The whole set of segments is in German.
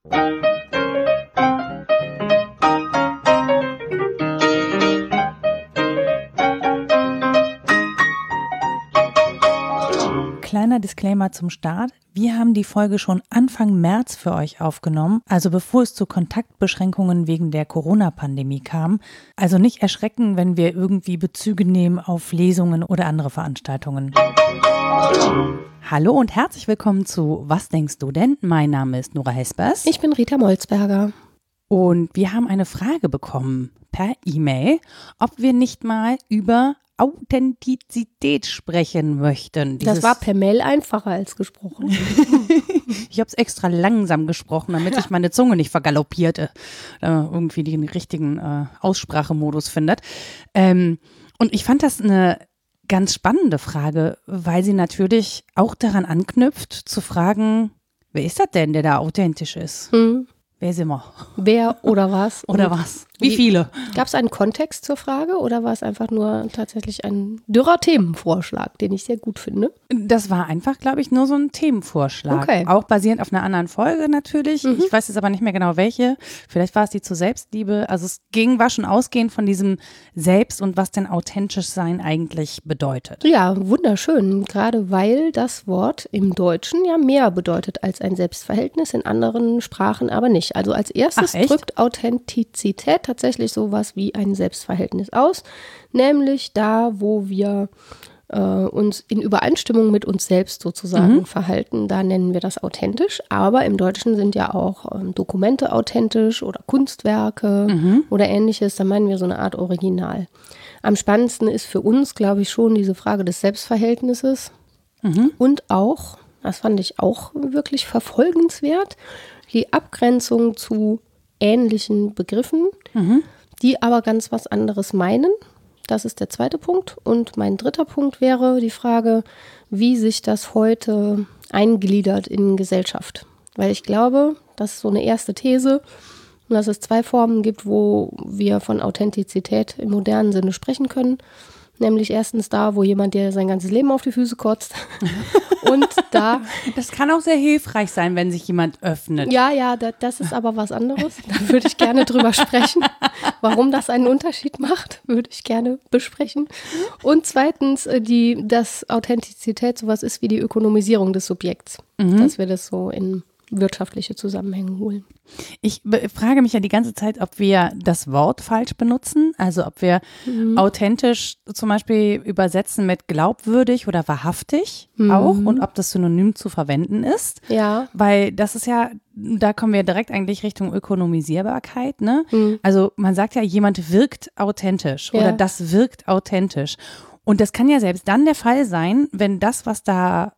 Kleiner Disclaimer zum Start. Wir haben die Folge schon Anfang März für euch aufgenommen, also bevor es zu Kontaktbeschränkungen wegen der Corona-Pandemie kam. Also nicht erschrecken, wenn wir irgendwie Bezüge nehmen auf Lesungen oder andere Veranstaltungen. Hallo und herzlich willkommen zu Was denkst du denn? Mein Name ist Nora Hespers. Ich bin Rita Molzberger. Und wir haben eine Frage bekommen per E-Mail, ob wir nicht mal über Authentizität sprechen möchten. Das war per Mail einfacher als gesprochen. Ich habe es extra langsam gesprochen, damit sich meine Zunge nicht vergaloppierte, irgendwie den richtigen Aussprachemodus findet. Und ich fand das eine ganz spannende Frage, weil sie natürlich auch daran anknüpft, zu fragen, wer ist das denn, der da authentisch ist? Wer sind wir? Wer oder was? Oder was? Wie viele? Gab es einen Kontext zur Frage oder war es einfach nur tatsächlich ein dürrer Themenvorschlag, den ich sehr gut finde? Das war einfach, glaube ich, nur so ein Themenvorschlag. Okay. Auch basierend auf einer anderen Folge natürlich. Ich weiß jetzt aber nicht mehr genau welche. Vielleicht war es die zur Selbstliebe. Also es war schon ausgehend von diesem Selbst und was denn authentisch sein eigentlich bedeutet. Ja, wunderschön. Gerade weil das Wort im Deutschen ja mehr bedeutet als ein Selbstverhältnis, in anderen Sprachen aber nicht. Also als erstes drückt Authentizität tatsächlich sowas wie ein Selbstverhältnis aus, nämlich da, wo wir uns in Übereinstimmung mit uns selbst sozusagen verhalten, da nennen wir das authentisch, aber im Deutschen sind ja auch Dokumente authentisch oder Kunstwerke oder ähnliches, da meinen wir so eine Art Original. Am spannendsten ist für uns, glaube ich, schon diese Frage des Selbstverhältnisses und auch, das fand ich auch wirklich verfolgenswert, die Abgrenzung zu ähnlichen Begriffen, die aber ganz was anderes meinen. Das ist der zweite Punkt. Und mein dritter Punkt wäre die Frage, wie sich das heute eingliedert in Gesellschaft. Weil ich glaube, das ist so eine erste These, dass es zwei Formen gibt, wo wir von Authentizität im modernen Sinne sprechen können. Nämlich erstens da, wo jemand dir sein ganzes Leben auf die Füße kotzt. Und da. Das kann auch sehr hilfreich sein, wenn sich jemand öffnet. Ja, das ist aber was anderes. Da würde ich gerne drüber sprechen. Warum das einen Unterschied macht, würde ich gerne besprechen. Und zweitens, dass Authentizität sowas ist wie die Ökonomisierung des Subjekts. Dass wir das so in wirtschaftliche Zusammenhänge holen. Ich frage mich ja die ganze Zeit, ob wir das Wort falsch benutzen, also ob wir authentisch zum Beispiel übersetzen mit glaubwürdig oder wahrhaftig auch und ob das synonym zu verwenden ist. Ja. Weil das ist ja, da kommen wir direkt eigentlich Richtung Ökonomisierbarkeit, ne? Also man sagt ja, jemand wirkt authentisch oder das wirkt authentisch. Und das kann ja selbst dann der Fall sein, wenn das, was da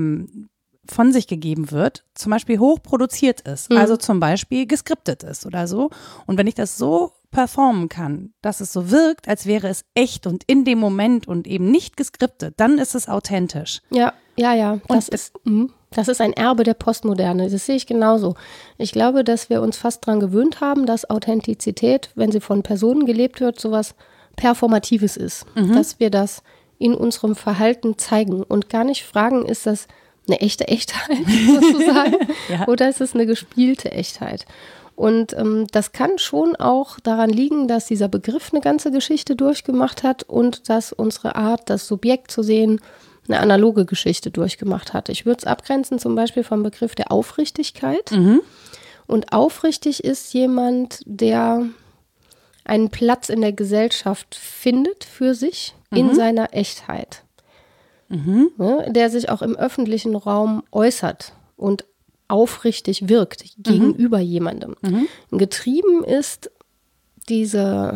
von sich gegeben wird, zum Beispiel hochproduziert ist, also zum Beispiel geskriptet ist oder so. Und wenn ich das so performen kann, dass es so wirkt, als wäre es echt und in dem Moment und eben nicht geskriptet, dann ist es authentisch. Ja. Das ist ein Erbe der Postmoderne. Das sehe ich genauso. Ich glaube, dass wir uns fast daran gewöhnt haben, dass Authentizität, wenn sie von Personen gelebt wird, sowas Performatives ist. Dass wir das in unserem Verhalten zeigen und gar nicht fragen, ist das eine echte Echtheit sozusagen oder ist es eine gespielte Echtheit? Und das kann schon auch daran liegen, dass dieser Begriff eine ganze Geschichte durchgemacht hat und dass unsere Art, das Subjekt zu sehen, eine analoge Geschichte durchgemacht hat. Ich würde es abgrenzen zum Beispiel vom Begriff der Aufrichtigkeit. Und aufrichtig ist jemand, der einen Platz in der Gesellschaft findet für sich in seiner Echtheit. Der sich auch im öffentlichen Raum äußert und aufrichtig wirkt gegenüber jemandem. Getrieben ist dieser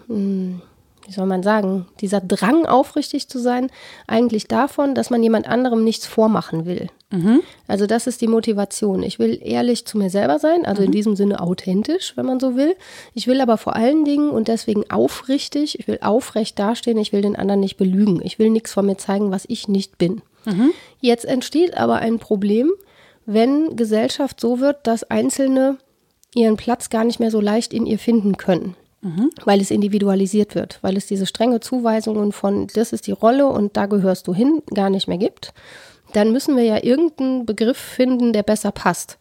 Drang, aufrichtig zu sein, eigentlich davon, dass man jemand anderem nichts vormachen will. Also das ist die Motivation. Ich will ehrlich zu mir selber sein, also in diesem Sinne authentisch, wenn man so will. Ich will aber vor allen Dingen und deswegen aufrichtig, ich will aufrecht dastehen, ich will den anderen nicht belügen. Ich will nichts von mir zeigen, was ich nicht bin. Jetzt entsteht aber ein Problem, wenn Gesellschaft so wird, dass Einzelne ihren Platz gar nicht mehr so leicht in ihr finden können. Weil es individualisiert wird, weil es diese strenge Zuweisungen von, das ist die Rolle und da gehörst du hin, gar nicht mehr gibt. Dann müssen wir ja irgendeinen Begriff finden, der besser passt.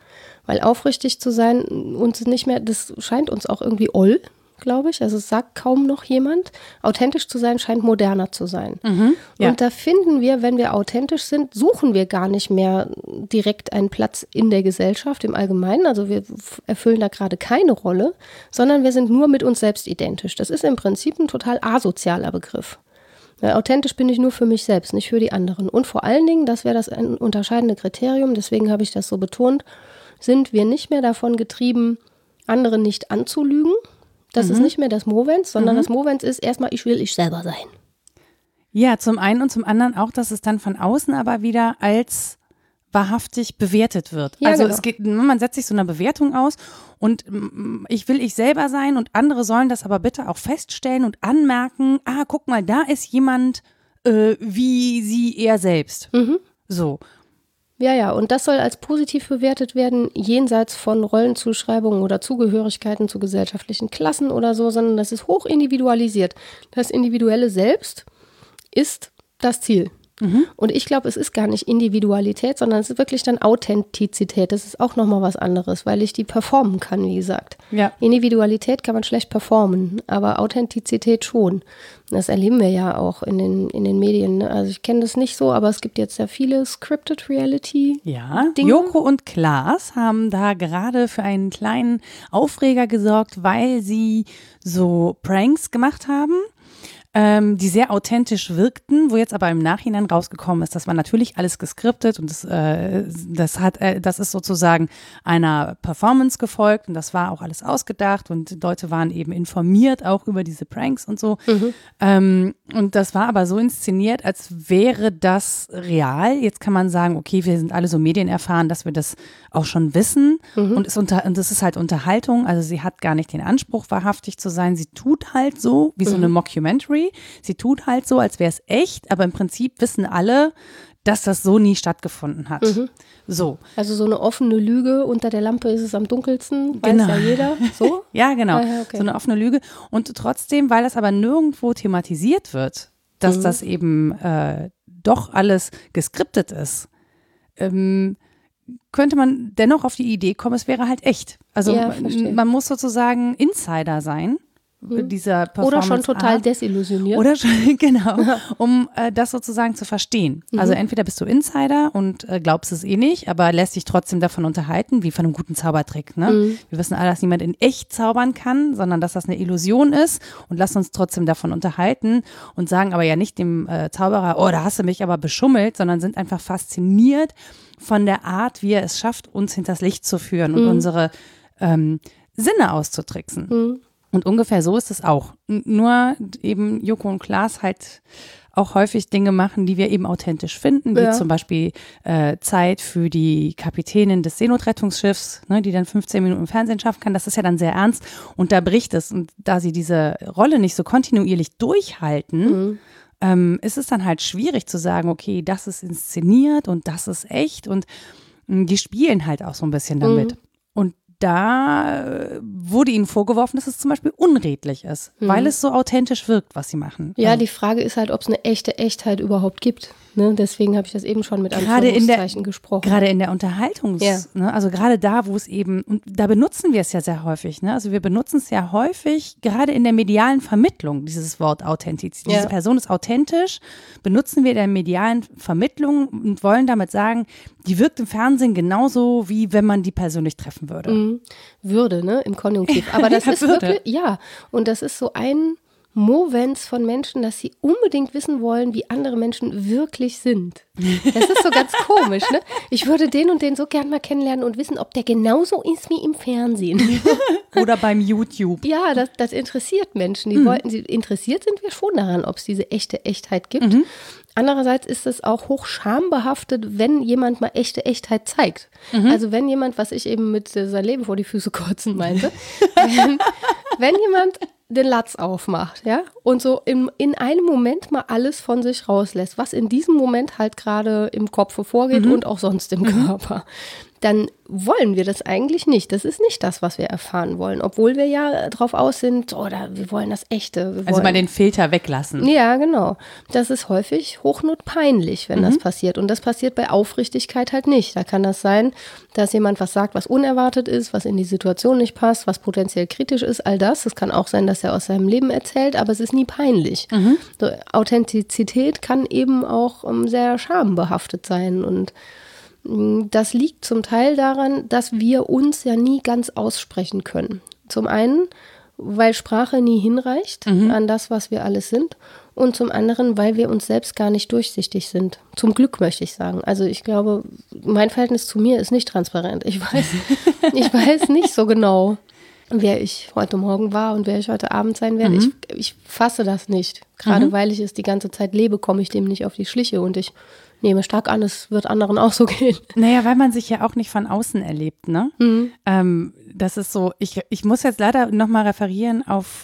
Weil aufrichtig zu sein, uns nicht mehr, das scheint uns auch irgendwie oll, glaube ich. Also es sagt kaum noch jemand. Authentisch zu sein scheint moderner zu sein. Ja. Und da finden wir, wenn wir authentisch sind, suchen wir gar nicht mehr direkt einen Platz in der Gesellschaft im Allgemeinen. Also wir erfüllen da gerade keine Rolle, sondern wir sind nur mit uns selbst identisch. Das ist im Prinzip ein total asozialer Begriff. Ja, authentisch bin ich nur für mich selbst, nicht für die anderen. Und vor allen Dingen, das wäre das ein unterscheidende Kriterium, deswegen habe ich das so betont, sind wir nicht mehr davon getrieben, andere nicht anzulügen. Das ist nicht mehr das Movens, sondern das Movens ist erstmal, ich will ich selber sein. Ja, zum einen und zum anderen auch, dass es dann von außen aber wieder als wahrhaftig bewertet wird. Ja, also genau. es geht, man setzt sich so eine Bewertung aus und ich will ich selber sein und andere sollen das aber bitte auch feststellen und anmerken, guck mal, da ist jemand wie sie er selbst. So. Ja, und das soll als positiv bewertet werden, jenseits von Rollenzuschreibungen oder Zugehörigkeiten zu gesellschaftlichen Klassen oder so, sondern das ist hoch individualisiert. Das individuelle Selbst ist das Ziel. Und ich glaube, es ist gar nicht Individualität, sondern es ist wirklich dann Authentizität. Das ist auch nochmal was anderes, weil ich die performen kann, wie gesagt. Ja. Individualität kann man schlecht performen, aber Authentizität schon. Das erleben wir ja auch in den Medien. Also ich kenne das nicht so, aber es gibt jetzt ja viele Scripted Reality. Ja, Dinge. Joko und Klaas haben da gerade für einen kleinen Aufreger gesorgt, weil sie so Pranks gemacht haben, die sehr authentisch wirkten, wo jetzt aber im Nachhinein rausgekommen ist, das war natürlich alles geskriptet und das ist sozusagen einer Performance gefolgt und das war auch alles ausgedacht und Leute waren eben informiert auch über diese Pranks und so. Und das war aber so inszeniert, als wäre das real. Jetzt kann man sagen, okay, wir sind alle so medienerfahren, dass wir das auch schon wissen und das ist halt Unterhaltung, also sie hat gar nicht den Anspruch, wahrhaftig zu sein, sie tut halt so, wie so eine Mockumentary. Sie tut halt so, als wäre es echt, aber im Prinzip wissen alle, dass das so nie stattgefunden hat. So. Also so eine offene Lüge, unter der Lampe ist es am dunkelsten, weiß ja jeder. So? Ja, genau. Okay. So eine offene Lüge. Und trotzdem, weil das aber nirgendwo thematisiert wird, dass das eben doch alles geskriptet ist, könnte man dennoch auf die Idee kommen, es wäre halt echt. Also man muss sozusagen Insider sein. Dieser Oder schon total desillusioniert. Oder schon, genau, um das sozusagen zu verstehen. Also entweder bist du Insider und glaubst es eh nicht, aber lässt dich trotzdem davon unterhalten, wie von einem guten Zaubertrick. Ne? Wir wissen alle, dass niemand in echt zaubern kann, sondern dass das eine Illusion ist und lassen uns trotzdem davon unterhalten und sagen aber ja nicht dem Zauberer, oh, da hast du mich aber beschummelt, sondern sind einfach fasziniert von der Art, wie er es schafft, uns hinters Licht zu führen und unsere Sinne auszutricksen. Und ungefähr so ist es auch. Nur eben Joko und Klaas halt auch häufig Dinge machen, die wir eben authentisch finden, wie zum Beispiel Zeit für die Kapitänin des Seenotrettungsschiffs, ne, die dann 15 Minuten im Fernsehen schaffen kann. Das ist ja dann sehr ernst und da bricht es. Und da sie diese Rolle nicht so kontinuierlich durchhalten, ist es dann halt schwierig zu sagen, okay, das ist inszeniert und das ist echt und die spielen halt auch so ein bisschen damit. Und da wurde ihnen vorgeworfen, dass es zum Beispiel unredlich ist, weil es so authentisch wirkt, was sie machen. Ja, die Frage ist halt, ob es eine echte Echtheit überhaupt gibt. Ne? Deswegen habe ich das eben schon mit Anführungszeichen gesprochen. Gerade in der Unterhaltung, ne? Also gerade da, wo es eben, und da benutzen wir es ja sehr häufig, ne? Also wir benutzen es ja häufig, gerade in der medialen Vermittlung, dieses Wort Authentizität. Diese Person ist authentisch, benutzen wir in der medialen Vermittlung und wollen damit sagen, die wirkt im Fernsehen genauso, wie wenn man die persönlich treffen würde. Würde, ne, im Konjunktiv. Aber das ist wirklich, und das ist so ein Movens von Menschen, dass sie unbedingt wissen wollen, wie andere Menschen wirklich sind. Das ist so ganz komisch, ne? Ich würde den und den so gern mal kennenlernen und wissen, ob der genauso ist wie im Fernsehen. Oder beim YouTube. Ja, das interessiert Menschen. Interessiert sind wir schon daran, ob es diese echte Echtheit gibt. Andererseits ist es auch hoch schambehaftet, wenn jemand mal echte Echtheit zeigt. Also wenn jemand, was ich eben mit sein Leben vor die Füße kotzen meinte, wenn jemand den Latz aufmacht, ja, und so in einem Moment mal alles von sich rauslässt, was in diesem Moment halt gerade im Kopf vorgeht und auch sonst im Körper, dann wollen wir das eigentlich nicht. Das ist nicht das, was wir erfahren wollen, obwohl wir ja drauf aus sind, oder wir wollen das Echte. Also mal den Filter weglassen. Ja, genau. Das ist häufig hochnotpeinlich, wenn das passiert. Und das passiert bei Aufrichtigkeit halt nicht. Da kann das sein, dass jemand was sagt, was unerwartet ist, was in die Situation nicht passt, was potenziell kritisch ist, all das. Es kann auch sein, dass er aus seinem Leben erzählt, aber es ist nie peinlich. So, Authentizität kann eben auch sehr schambehaftet sein, und das liegt zum Teil daran, dass wir uns ja nie ganz aussprechen können. Zum einen, weil Sprache nie hinreicht an das, was wir alles sind. Und zum anderen, weil wir uns selbst gar nicht durchsichtig sind. Zum Glück, möchte ich sagen. Also ich glaube, mein Verhältnis zu mir ist nicht transparent. Ich weiß nicht so genau, wer ich heute Morgen war und wer ich heute Abend sein werde. Ich fasse das nicht. Gerade weil ich es die ganze Zeit lebe, komme ich dem nicht auf die Schliche, und ich nehme stark an, es wird anderen auch so gehen. Naja, weil man sich ja auch nicht von außen erlebt, ne? Das ist so, ich muss jetzt leider nochmal referieren auf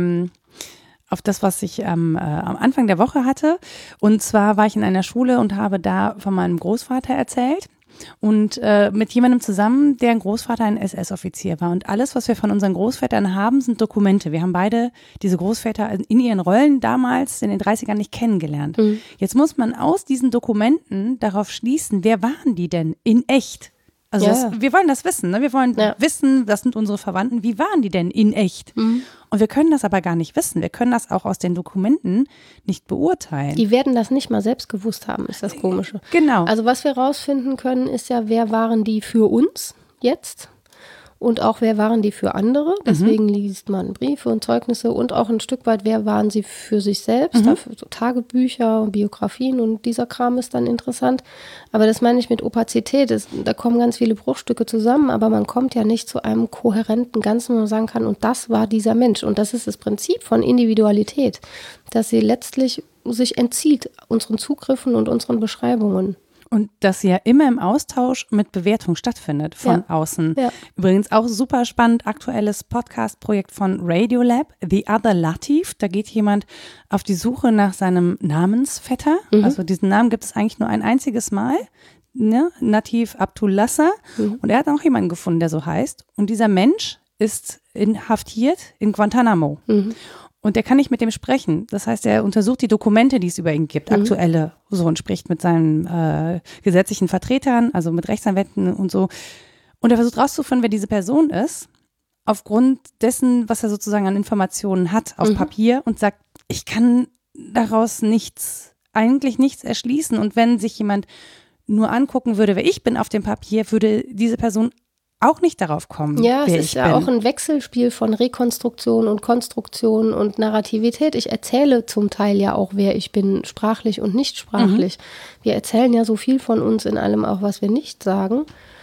das, was ich am Anfang der Woche hatte. Und zwar war ich in einer Schule und habe da von meinem Großvater erzählt. Und mit jemandem zusammen, deren Großvater ein SS-Offizier war. Und alles, was wir von unseren Großvätern haben, sind Dokumente. Wir haben beide diese Großväter in ihren Rollen damals in den 30ern nicht kennengelernt. Jetzt muss man aus diesen Dokumenten darauf schließen, wer waren die denn in echt? Also wir wollen das wissen, ne? Wir wollen wissen, das sind unsere Verwandten, wie waren die denn in echt? Und wir können das aber gar nicht wissen. Wir können das auch aus den Dokumenten nicht beurteilen. Die werden das nicht mal selbst gewusst haben, ist das Komische. Genau. Also was wir rausfinden können, ist ja, wer waren die für uns jetzt? Und auch, wer waren die für andere? Deswegen liest man Briefe und Zeugnisse, und auch ein Stück weit, wer waren sie für sich selbst? Dafür so Tagebücher, Biografien und dieser Kram ist dann interessant. Aber das meine ich mit Opazität. Da kommen ganz viele Bruchstücke zusammen, aber man kommt ja nicht zu einem kohärenten Ganzen, wo man sagen kann, und das war dieser Mensch. Und das ist das Prinzip von Individualität, dass sie letztlich sich entzieht unseren Zugriffen und unseren Beschreibungen. Und dass ja immer im Austausch mit Bewertung stattfindet von außen. Ja. Übrigens auch super spannend, aktuelles Podcast-Projekt von Radiolab, The Other Latif. Da geht jemand auf die Suche nach seinem Namensvetter. Also diesen Namen gibt es eigentlich nur ein einziges Mal. Ne? Natif Abdullasser. Und er hat auch jemanden gefunden, der so heißt. Und dieser Mensch ist inhaftiert in Guantanamo. Und der kann nicht mit dem sprechen. Das heißt, er untersucht die Dokumente, die es über ihn gibt, aktuelle, so, und spricht mit seinen gesetzlichen Vertretern, also mit Rechtsanwälten und so. Und er versucht rauszufinden, wer diese Person ist, aufgrund dessen, was er sozusagen an Informationen hat auf Papier, und sagt, ich kann daraus eigentlich nichts erschließen. Und wenn sich jemand nur angucken würde, wer ich bin auf dem Papier, würde diese Person auch nicht darauf kommen. Ja, es ist ja auch ein Wechselspiel von Rekonstruktion und Konstruktion und Narrativität. Ich erzähle zum Teil ja auch, wer ich bin, sprachlich und nicht sprachlich. Wir erzählen ja so viel von uns in allem auch, was wir nicht sagen,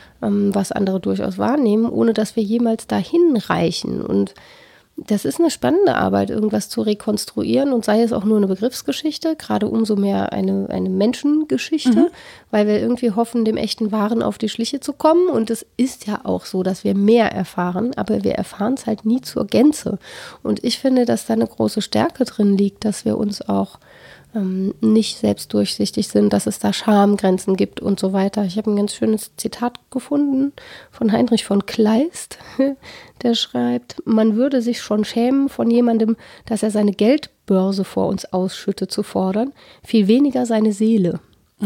was andere durchaus wahrnehmen, ohne dass wir jemals dahin reichen. Und das ist eine spannende Arbeit, irgendwas zu rekonstruieren, und sei es auch nur eine Begriffsgeschichte, gerade umso mehr eine Menschengeschichte, weil wir irgendwie hoffen, dem echten Wahren auf die Schliche zu kommen. Und es ist ja auch so, dass wir mehr erfahren, aber wir erfahren es halt nie zur Gänze. Und ich finde, dass da eine große Stärke drin liegt, dass wir uns auch nicht selbst durchsichtig sind, dass es da Schamgrenzen gibt und so weiter. Ich habe ein ganz schönes Zitat gefunden von Heinrich von Kleist, der schreibt, man würde sich schon schämen, von jemandem, dass er seine Geldbörse vor uns ausschüttet, zu fordern, viel weniger seine Seele.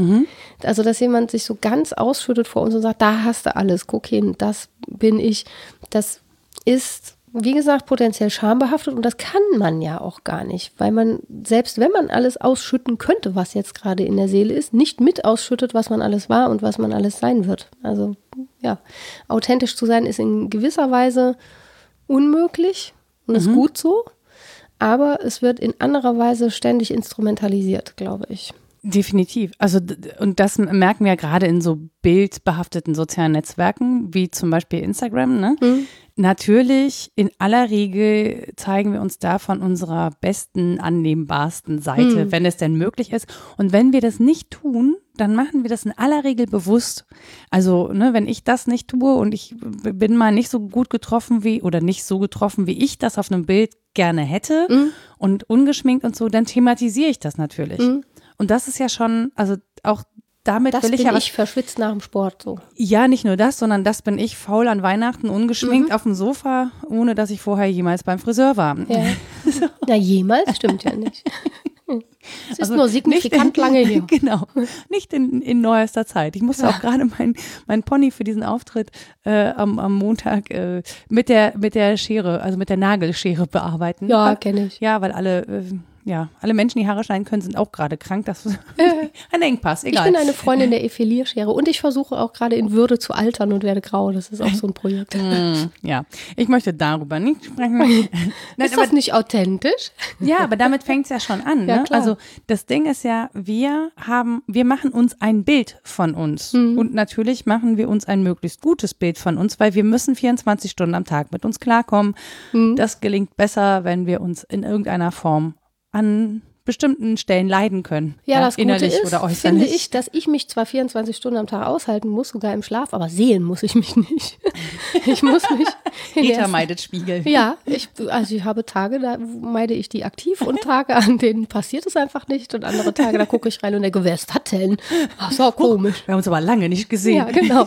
Also, dass jemand sich so ganz ausschüttet vor uns und sagt, da hast du alles, guck hin, das bin ich, das ist, wie gesagt, potenziell schambehaftet, und das kann man ja auch gar nicht, weil man, selbst wenn man alles ausschütten könnte, was jetzt gerade in der Seele ist, nicht mit ausschüttet, was man alles war und was man alles sein wird. Also ja, authentisch zu sein ist in gewisser Weise unmöglich und ist gut so, aber es wird in anderer Weise ständig instrumentalisiert, glaube ich. Definitiv. Also, und das merken wir ja gerade in so bildbehafteten sozialen Netzwerken, wie zum Beispiel Instagram, ne? Natürlich, in aller Regel zeigen wir uns da von unserer besten, annehmbarsten Seite, wenn es denn möglich ist. Und wenn wir das nicht tun, dann machen wir das in aller Regel bewusst. Also, ne, wenn ich das nicht tue und ich bin mal nicht so gut getroffen oder nicht so getroffen, wie ich das auf einem Bild gerne hätte und ungeschminkt und so, dann thematisiere ich das natürlich. Und das ist ja schon, also auch damit das will ich bin ja ich verschwitzt nach dem Sport so. Ja, nicht nur das, sondern das bin ich faul an Weihnachten, ungeschminkt auf dem Sofa, ohne dass ich vorher jemals beim Friseur war. Ja. Na, jemals stimmt ja nicht. Es ist nur signifikant lange her. Genau, nicht in neuester Zeit. Ich musste auch gerade mein Pony für diesen Auftritt am Montag mit der Schere, also mit der Nagelschere bearbeiten. Ja, kenne ich. Ja, weil alle Menschen, die Haare schneiden können, sind auch gerade krank. Das ist ein Engpass, egal. Ich bin eine Freundin der Effilierschere und ich versuche auch gerade in Würde zu altern und werde grau. Das ist auch so ein Projekt. Ja, ich möchte darüber nicht sprechen. Ist das nicht authentisch? Ja, aber damit fängt es ja schon an. Ja, ne? klar. Also das Ding ist ja, wir machen uns ein Bild von uns. Und natürlich machen wir uns ein möglichst gutes Bild von uns, weil wir müssen 24 Stunden am Tag mit uns klarkommen. Das gelingt besser, wenn wir uns in irgendeiner Form an bestimmten Stellen leiden können. Ja, das Gute innerlich ist, oder äußerlich. finde ich, dass ich mich zwar 24 Stunden am Tag aushalten muss, sogar im Schlaf, aber sehen muss ich mich nicht. Ich muss mich Peter meidet Spiegel. Ja, ich habe Tage, da meide ich die aktiv und Tage, an denen passiert es einfach nicht und andere Tage, da gucke ich rein und denke, wer ist das denn? Ach, so komisch. Wir haben uns aber lange nicht gesehen. Ja, genau.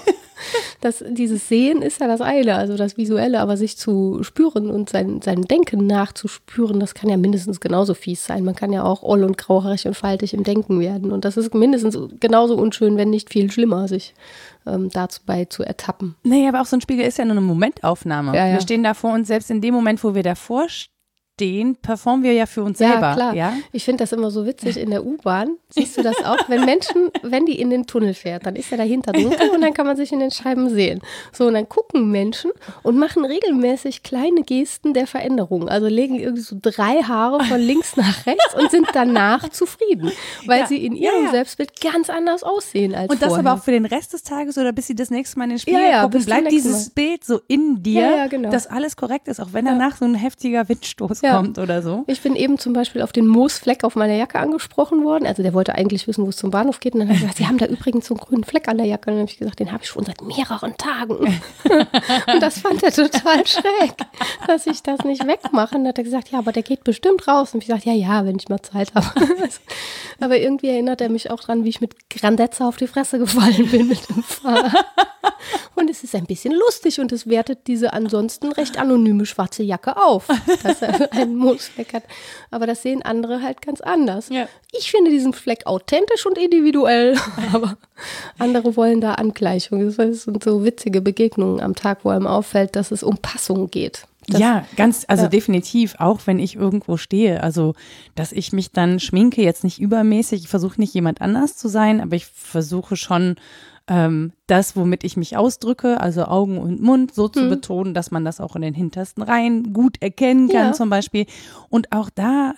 Dieses Sehen ist ja das eine, also das Visuelle, aber sich zu spüren und sein Denken nachzuspüren, das kann ja mindestens genauso fies sein. Man kann ja auch oll und grauhaarig und faltig im Denken werden und das ist mindestens genauso unschön, wenn nicht viel schlimmer, sich dabei zu ertappen. Nee, aber auch so ein Spiegel ist ja nur eine Momentaufnahme. Ja. Wir stehen da vor uns, selbst in dem Moment, wo wir davor stehen, performen wir ja für uns selber. Ja, klar. Ja? Ich finde das immer so witzig in der U-Bahn. Siehst du das auch? Wenn die in den Tunnel fährt, dann ist ja dahinter dunkel und dann kann man sich in den Scheiben sehen. So, und dann gucken Menschen und machen regelmäßig kleine Gesten der Veränderung. Also legen irgendwie so 3 Haare von links nach rechts und sind danach zufrieden, weil sie in ihrem Selbstbild ganz anders aussehen als Und das vorher. aber auch für den Rest des Tages oder bis sie das nächste Mal in den Spiegel gucken, bis zum bleibt nächsten dieses Bild so in dir, genau. dass alles korrekt ist, auch wenn danach so ein heftiger Windstoß kommt oder so. Ich bin eben zum Beispiel auf den Moosfleck auf meiner Jacke angesprochen worden. Also der wollte eigentlich wissen, wo es zum Bahnhof geht. Und dann habe ich gesagt, Sie haben da übrigens so einen grünen Fleck an der Jacke. Und dann habe ich gesagt, den habe ich schon seit mehreren Tagen. Und das fand er total schräg, dass ich das nicht wegmache. Und dann hat er gesagt, ja, aber der geht bestimmt raus. Und ich gesagt, ja, wenn ich mal Zeit habe. Aber irgendwie erinnert er mich auch dran, wie ich mit Grandezza auf die Fresse gefallen bin mit dem Fahrrad. Und es ist ein bisschen lustig und es wertet diese ansonsten recht anonyme schwarze Jacke auf, dass er einen Moosfleck hat. Aber das sehen andere halt ganz anders. Ja. Ich finde diesen Fleck authentisch und individuell, aber andere wollen da Angleichung. Das sind so witzige Begegnungen am Tag, wo einem auffällt, dass es um Passung geht. Definitiv, auch wenn ich irgendwo stehe, also dass ich mich dann schminke, jetzt nicht übermäßig, ich versuche nicht jemand anders zu sein, aber ich versuche schon das, womit ich mich ausdrücke, also Augen und Mund, so zu betonen, dass man das auch in den hintersten Reihen gut erkennen kann zum Beispiel. Und auch da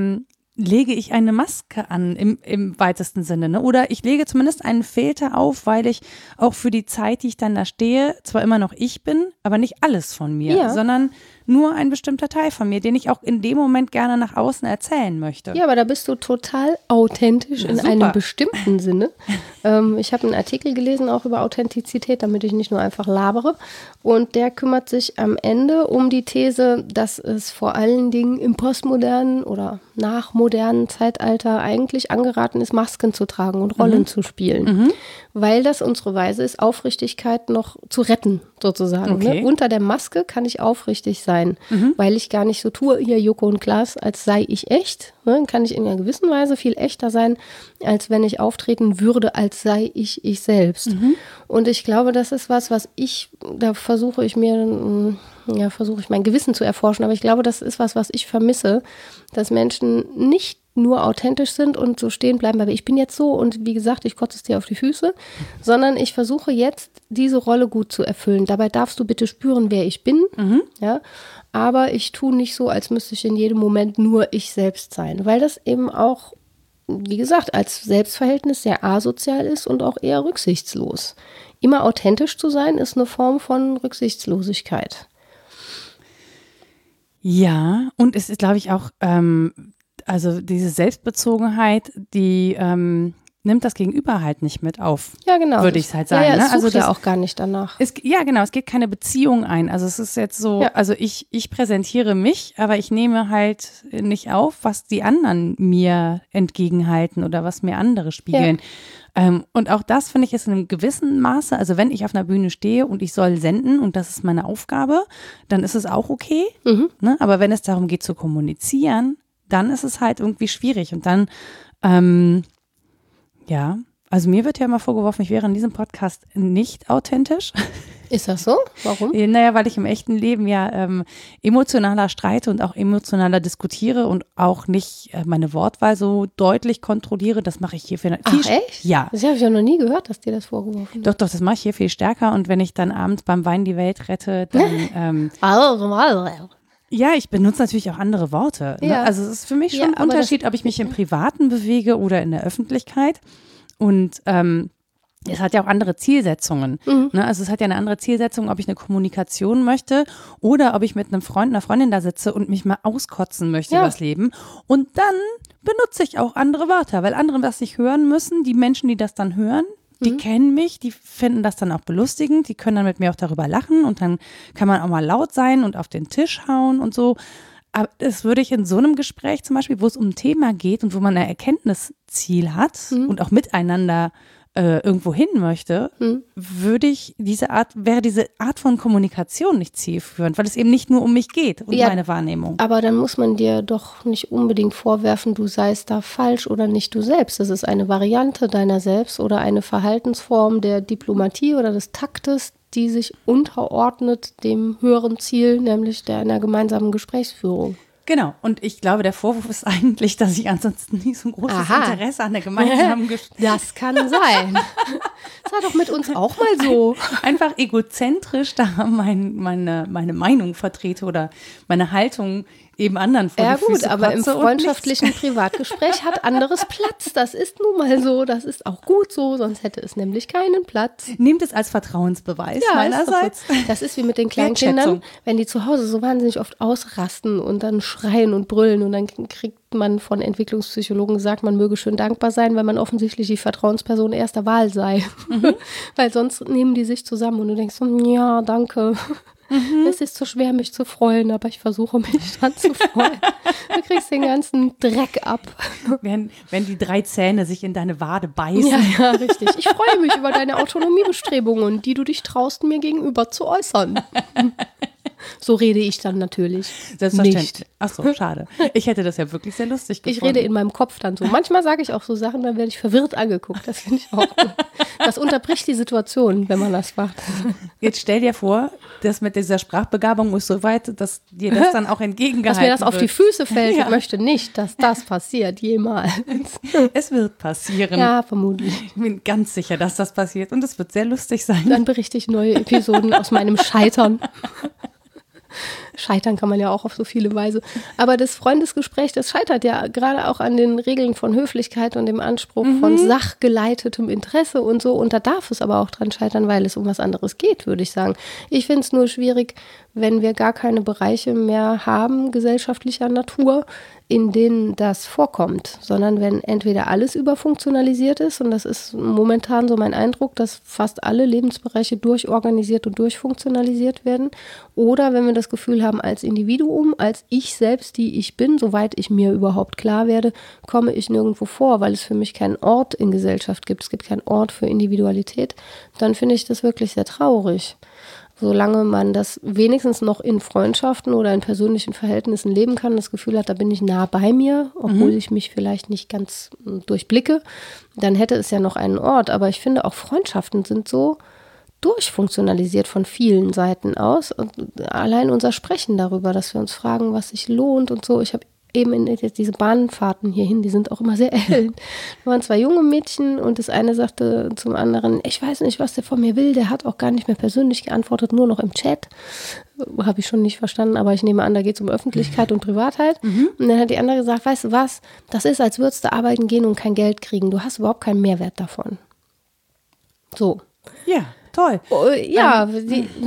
lege ich eine Maske an im weitesten Sinne, ne? Oder ich lege zumindest einen Filter auf, weil ich auch für die Zeit, die ich dann da stehe, zwar immer noch ich bin, aber nicht alles von mir, sondern nur ein bestimmter Teil von mir, den ich auch in dem Moment gerne nach außen erzählen möchte. Ja, aber da bist du total authentisch in einem bestimmten Sinne. Ich habe einen Artikel gelesen, auch über Authentizität, damit ich nicht nur einfach labere. Und der kümmert sich am Ende um die These, dass es vor allen Dingen im postmodernen oder nachmodernen Zeitalter eigentlich angeraten ist, Masken zu tragen und Rollen zu spielen. Weil das unsere Weise ist, Aufrichtigkeit noch zu retten, sozusagen. Okay. Ne? Unter der Maske kann ich aufrichtig sein, weil ich gar nicht so tue, hier Joko und Klaas, als sei ich echt. Ne? Kann ich in einer gewissen Weise viel echter sein, als wenn ich auftreten würde, als sei ich selbst. Und ich glaube, das ist was da versuche ich mein Gewissen zu erforschen, aber ich glaube, das ist was ich vermisse, dass Menschen nicht nur authentisch sind und so stehen bleiben, aber ich bin jetzt so und wie gesagt, ich kotze es dir auf die Füße, sondern ich versuche jetzt, diese Rolle gut zu erfüllen. Dabei darfst du bitte spüren, wer ich bin, ja, aber ich tue nicht so, als müsste ich in jedem Moment nur ich selbst sein, weil das eben auch, wie gesagt, als Selbstverhältnis sehr asozial ist und auch eher rücksichtslos. Immer authentisch zu sein, ist eine Form von Rücksichtslosigkeit. Ja, und es ist, glaube ich, auch also diese Selbstbezogenheit, die nimmt das Gegenüber halt nicht mit auf. Ja, genau. Würde ich es halt sagen. Ja, ne? es sucht ja auch gar nicht danach. Es geht keine Beziehung ein. Also es ist jetzt so, also ich präsentiere mich, aber ich nehme halt nicht auf, was die anderen mir entgegenhalten oder was mir andere spiegeln. Und auch das finde ich ist in einem gewissen Maße, also wenn ich auf einer Bühne stehe und ich soll senden und das ist meine Aufgabe, dann ist es auch okay. Ne? Aber wenn es darum geht zu kommunizieren, dann ist es halt irgendwie schwierig. Und dann, also mir wird ja immer vorgeworfen, ich wäre in diesem Podcast nicht authentisch. Ist das so? Warum? Naja, weil ich im echten Leben ja emotionaler streite und auch emotionaler diskutiere und auch nicht meine Wortwahl so deutlich kontrolliere. Das mache ich hier viel. Ach, echt? Ja. Das habe ich ja noch nie gehört, dass dir das vorgeworfen wird. Doch, das mache ich hier viel stärker. Und wenn ich dann abends beim Wein die Welt rette, dann ja, ich benutze natürlich auch andere Worte. Ne? Ja. Also es ist für mich schon ein Unterschied, ob ich mich im Privaten bewege oder in der Öffentlichkeit. Und es hat ja auch andere Zielsetzungen. Ne? Also es hat ja eine andere Zielsetzung, ob ich eine Kommunikation möchte oder ob ich mit einem Freund, einer Freundin da sitze und mich mal auskotzen möchte übers Leben. Und dann benutze ich auch andere Wörter, weil andere das nicht hören müssen. Die Menschen, die das dann hören, die kennen mich, die finden das dann auch belustigend, die können dann mit mir auch darüber lachen und dann kann man auch mal laut sein und auf den Tisch hauen und so. Aber das würde ich in so einem Gespräch zum Beispiel, wo es um ein Thema geht und wo man ein Erkenntnisziel hat und auch miteinander irgendwo hin möchte, wäre diese Art von Kommunikation nicht zielführend, weil es eben nicht nur um mich geht und meine Wahrnehmung. Aber dann muss man dir doch nicht unbedingt vorwerfen, du seist da falsch oder nicht du selbst. Das ist eine Variante deiner selbst oder eine Verhaltensform der Diplomatie oder des Taktes, die sich unterordnet dem höheren Ziel, nämlich einer gemeinsamen Gesprächsführung. Genau, und ich glaube, der Vorwurf ist eigentlich, dass ich ansonsten nicht so ein großes Interesse an der gemeinsamen Das kann sein. Sei doch mit uns auch mal so. Einfach egozentrisch da meine Meinung vertrete oder meine Haltung eben anderen vor die Füße aber im freundschaftlichen Privatgespräch hat anderes Platz. Das ist nun mal so, das ist auch gut so, sonst hätte es nämlich keinen Platz. Nehmt es als Vertrauensbeweis meinerseits. Das ist wie mit den kleinen Kindern, wenn die zu Hause so wahnsinnig oft ausrasten und dann schreien und brüllen und dann kriegt man von Entwicklungspsychologen gesagt, man möge schön dankbar sein, weil man offensichtlich die Vertrauensperson erster Wahl sei. Weil sonst nehmen die sich zusammen und du denkst so, ja, danke. Es ist zu schwer, mich zu freuen, aber ich versuche, mich dran zu freuen. Du kriegst den ganzen Dreck ab. Wenn die 3 Zähne sich in deine Wade beißen. Ja, richtig. Ich freue mich über deine Autonomiebestrebungen, die du dich traust, mir gegenüber zu äußern. So rede ich dann natürlich. Selbstverständlich. Nicht. Ach so, schade. Ich hätte das ja wirklich sehr lustig gefunden. Ich rede in meinem Kopf dann so. Manchmal sage ich auch so Sachen, dann werde ich verwirrt angeguckt. Das finde ich auch gut. Das unterbricht die Situation, wenn man das macht. Jetzt stell dir vor, das mit dieser Sprachbegabung ist so weit, dass dir das dann auch entgegengehalten wird. Dass mir das auf die Füße fällt. Ich möchte nicht, dass das passiert, jemals. Es wird passieren. Ja, vermutlich. Ich bin ganz sicher, dass das passiert und es wird sehr lustig sein. Dann berichte ich neue Episoden aus meinem Scheitern. Scheitern kann man ja auch auf so viele Weise. Aber das Freundesgespräch, das scheitert ja gerade auch an den Regeln von Höflichkeit und dem Anspruch von sachgeleitetem Interesse und so. Und da darf es aber auch dran scheitern, weil es um was anderes geht, würde ich sagen. Ich finde es nur schwierig, wenn wir gar keine Bereiche mehr haben, gesellschaftlicher Natur, in denen das vorkommt, sondern wenn entweder alles überfunktionalisiert ist, und das ist momentan so mein Eindruck, dass fast alle Lebensbereiche durchorganisiert und durchfunktionalisiert werden, oder wenn wir das Gefühl haben, als Individuum, als ich selbst, die ich bin, soweit ich mir überhaupt klar werde, komme ich nirgendwo vor, weil es für mich keinen Ort in Gesellschaft gibt, es gibt keinen Ort für Individualität, dann finde ich das wirklich sehr traurig. Solange man das wenigstens noch in Freundschaften oder in persönlichen Verhältnissen leben kann, das Gefühl hat, da bin ich nah bei mir, obwohl ich mich vielleicht nicht ganz durchblicke, dann hätte es ja noch einen Ort. Aber ich finde, auch Freundschaften sind so durchfunktionalisiert von vielen Seiten aus. Und allein unser Sprechen darüber, dass wir uns fragen, was sich lohnt und so. Ich habe eben jetzt diese Bahnfahrten hierhin, die sind auch immer sehr erhellend. Da waren 2 junge Mädchen und das eine sagte zum anderen, ich weiß nicht, was der von mir will, der hat auch gar nicht mehr persönlich geantwortet, nur noch im Chat. Habe ich schon nicht verstanden, aber ich nehme an, da geht es um Öffentlichkeit und Privatheit. Und dann hat die andere gesagt, weißt du was, das ist, als würdest du arbeiten gehen und kein Geld kriegen. Du hast überhaupt keinen Mehrwert davon. So. Ja, toll.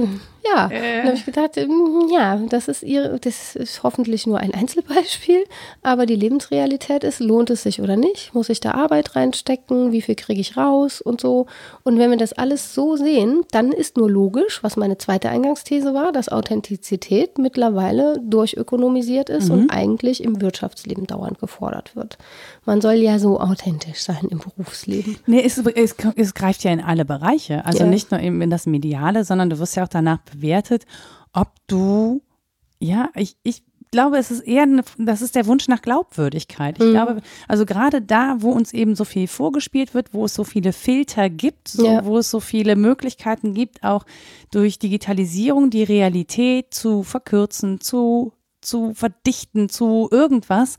Ja, dann habe ich gedacht, ja, das ist hoffentlich nur ein Einzelbeispiel, aber die Lebensrealität ist, lohnt es sich oder nicht? Muss ich da Arbeit reinstecken? Wie viel kriege ich raus und so? Und wenn wir das alles so sehen, dann ist nur logisch, was meine zweite Eingangsthese war, dass Authentizität mittlerweile durchökonomisiert ist und eigentlich im Wirtschaftsleben dauernd gefordert wird. Man soll ja so authentisch sein im Berufsleben. Nee, es greift ja in alle Bereiche, also nicht nur in das Mediale, sondern du wirst ja auch danach bewertet, ob du, ich glaube, es ist eher, das ist der Wunsch nach Glaubwürdigkeit. Ich glaube, also gerade da, wo uns eben so viel vorgespielt wird, wo es so viele Filter gibt, wo es so viele Möglichkeiten gibt, auch durch Digitalisierung die Realität zu verkürzen, zu verdichten, zu irgendwas,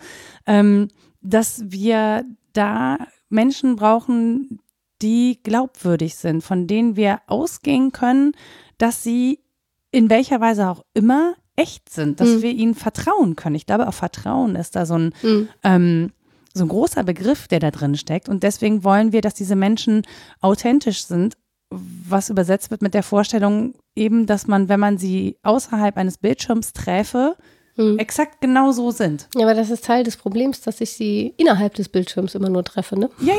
dass wir da Menschen brauchen, die glaubwürdig sind, von denen wir ausgehen können, dass sie in welcher Weise auch immer echt sind, dass wir ihnen vertrauen können. Ich glaube, auch Vertrauen ist da so ein großer Begriff, der da drin steckt. Und deswegen wollen wir, dass diese Menschen authentisch sind, was übersetzt wird mit der Vorstellung eben, dass man, wenn man sie außerhalb eines Bildschirms träfe, exakt genau so sind. Ja, aber das ist Teil des Problems, dass ich sie innerhalb des Bildschirms immer nur treffe, ne? Ja.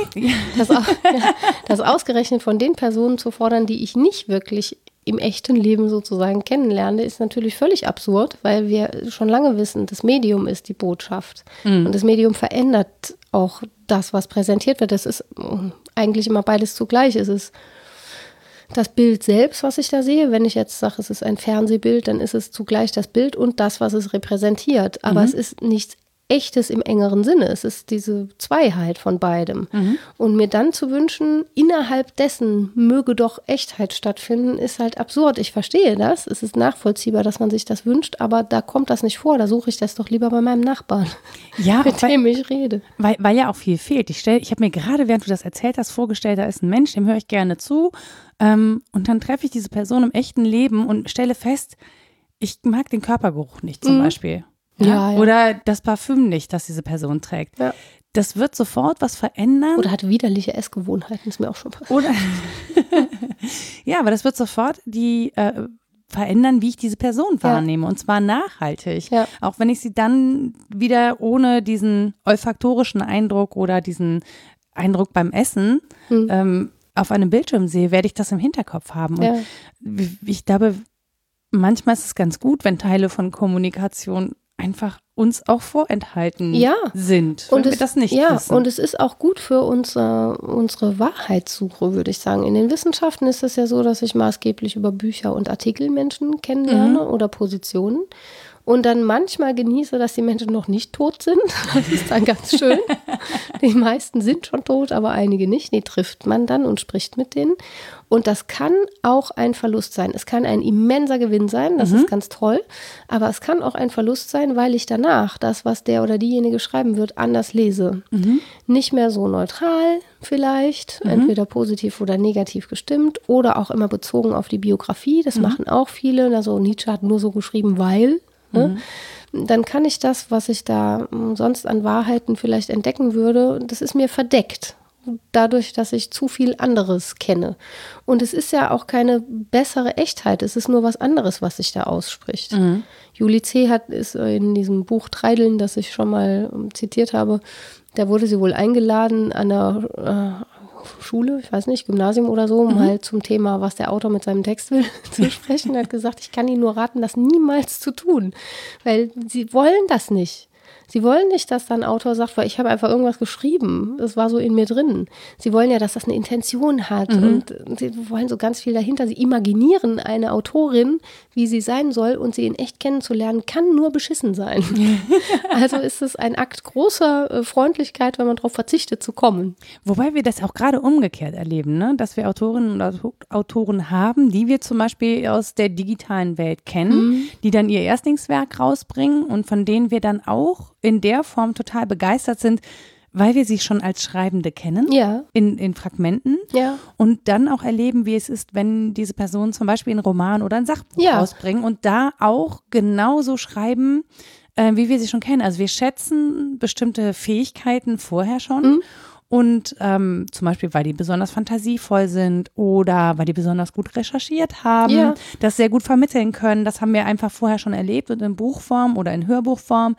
Das ausgerechnet von den Personen zu fordern, die ich nicht wirklich im echten Leben sozusagen kennenlerne, ist natürlich völlig absurd, weil wir schon lange wissen, das Medium ist die Botschaft. Und das Medium verändert auch das, was präsentiert wird. Das ist eigentlich immer beides zugleich. Es ist das Bild selbst, was ich da sehe. Wenn ich jetzt sage, es ist ein Fernsehbild, dann ist es zugleich das Bild und das, was es repräsentiert. Aber es ist nichts Echtes im engeren Sinne. Es ist diese Zweiheit von beidem. Und mir dann zu wünschen, innerhalb dessen möge doch Echtheit stattfinden, ist halt absurd. Ich verstehe das. Es ist nachvollziehbar, dass man sich das wünscht, aber da kommt das nicht vor. Da suche ich das doch lieber bei meinem Nachbarn, mit dem ich rede. Weil ja auch viel fehlt. Ich habe mir gerade, während du das erzählt hast, vorgestellt, da ist ein Mensch, dem höre ich gerne zu. Und dann treffe ich diese Person im echten Leben und stelle fest, ich mag den Körpergeruch nicht zum Beispiel. Ja. Oder das Parfüm nicht, das diese Person trägt. Ja. Das wird sofort was verändern. Oder hat widerliche Essgewohnheiten, ist mir auch schon passiert. Ja, aber das wird sofort verändern, wie ich diese Person wahrnehme. Und zwar nachhaltig. Ja. Auch wenn ich sie dann wieder ohne diesen olfaktorischen Eindruck oder diesen Eindruck beim Essen auf einem Bildschirm sehe, werde ich das im Hinterkopf haben. Und ich glaube, manchmal ist es ganz gut, wenn Teile von Kommunikation einfach uns auch vorenthalten sind, wenn wir das nicht wissen. Und es ist auch gut für unsere Wahrheitssuche, würde ich sagen. In den Wissenschaften ist es ja so, dass ich maßgeblich über Bücher und Artikel Menschen kennenlerne oder Positionen. Und dann manchmal genieße, dass die Menschen noch nicht tot sind. Das ist dann ganz schön. Die meisten sind schon tot, aber einige nicht. Die trifft man dann und spricht mit denen. Und das kann auch ein Verlust sein. Es kann ein immenser Gewinn sein, das ist ganz toll. Aber es kann auch ein Verlust sein, weil ich danach das, was der oder diejenige schreiben wird, anders lese. Nicht mehr so neutral vielleicht, entweder positiv oder negativ gestimmt oder auch immer bezogen auf die Biografie. Das machen auch viele. Also Nietzsche hat nur so geschrieben, weil... Dann kann ich das, was ich da sonst an Wahrheiten vielleicht entdecken würde, das ist mir verdeckt. Dadurch, dass ich zu viel anderes kenne. Und es ist ja auch keine bessere Echtheit, es ist nur was anderes, was sich da ausspricht. Julie C. ist in diesem Buch Treideln, das ich schon mal zitiert habe, da wurde sie wohl eingeladen an der Schule, ich weiß nicht, Gymnasium oder so, um halt zum Thema, was der Autor mit seinem Text will, zu sprechen. Er hat gesagt, ich kann Ihnen nur raten, das niemals zu tun, weil Sie wollen das nicht. Sie wollen nicht, dass dann ein Autor sagt, weil ich habe einfach irgendwas geschrieben, das war so in mir drin. Sie wollen ja, dass das eine Intention hat und sie wollen so ganz viel dahinter. Sie imaginieren eine Autorin, wie sie sein soll und sie in echt kennenzulernen, kann nur beschissen sein. Also ist es ein Akt großer Freundlichkeit, wenn man darauf verzichtet zu kommen. Wobei wir das auch gerade umgekehrt erleben, ne? Dass wir Autorinnen und Autoren haben, die wir zum Beispiel aus der digitalen Welt kennen, die dann ihr Erstlingswerk rausbringen und von denen wir dann auch in der Form total begeistert sind, weil wir sie schon als Schreibende kennen, in Fragmenten und dann auch erleben, wie es ist, wenn diese Personen zum Beispiel einen Roman oder ein Sachbuch rausbringen und da auch genauso schreiben, wie wir sie schon kennen. Also wir schätzen bestimmte Fähigkeiten vorher schon Und zum Beispiel, weil die besonders fantasievoll sind oder weil die besonders gut recherchiert haben, das sehr gut vermitteln können. Das haben wir einfach vorher schon erlebt und in Buchform oder in Hörbuchform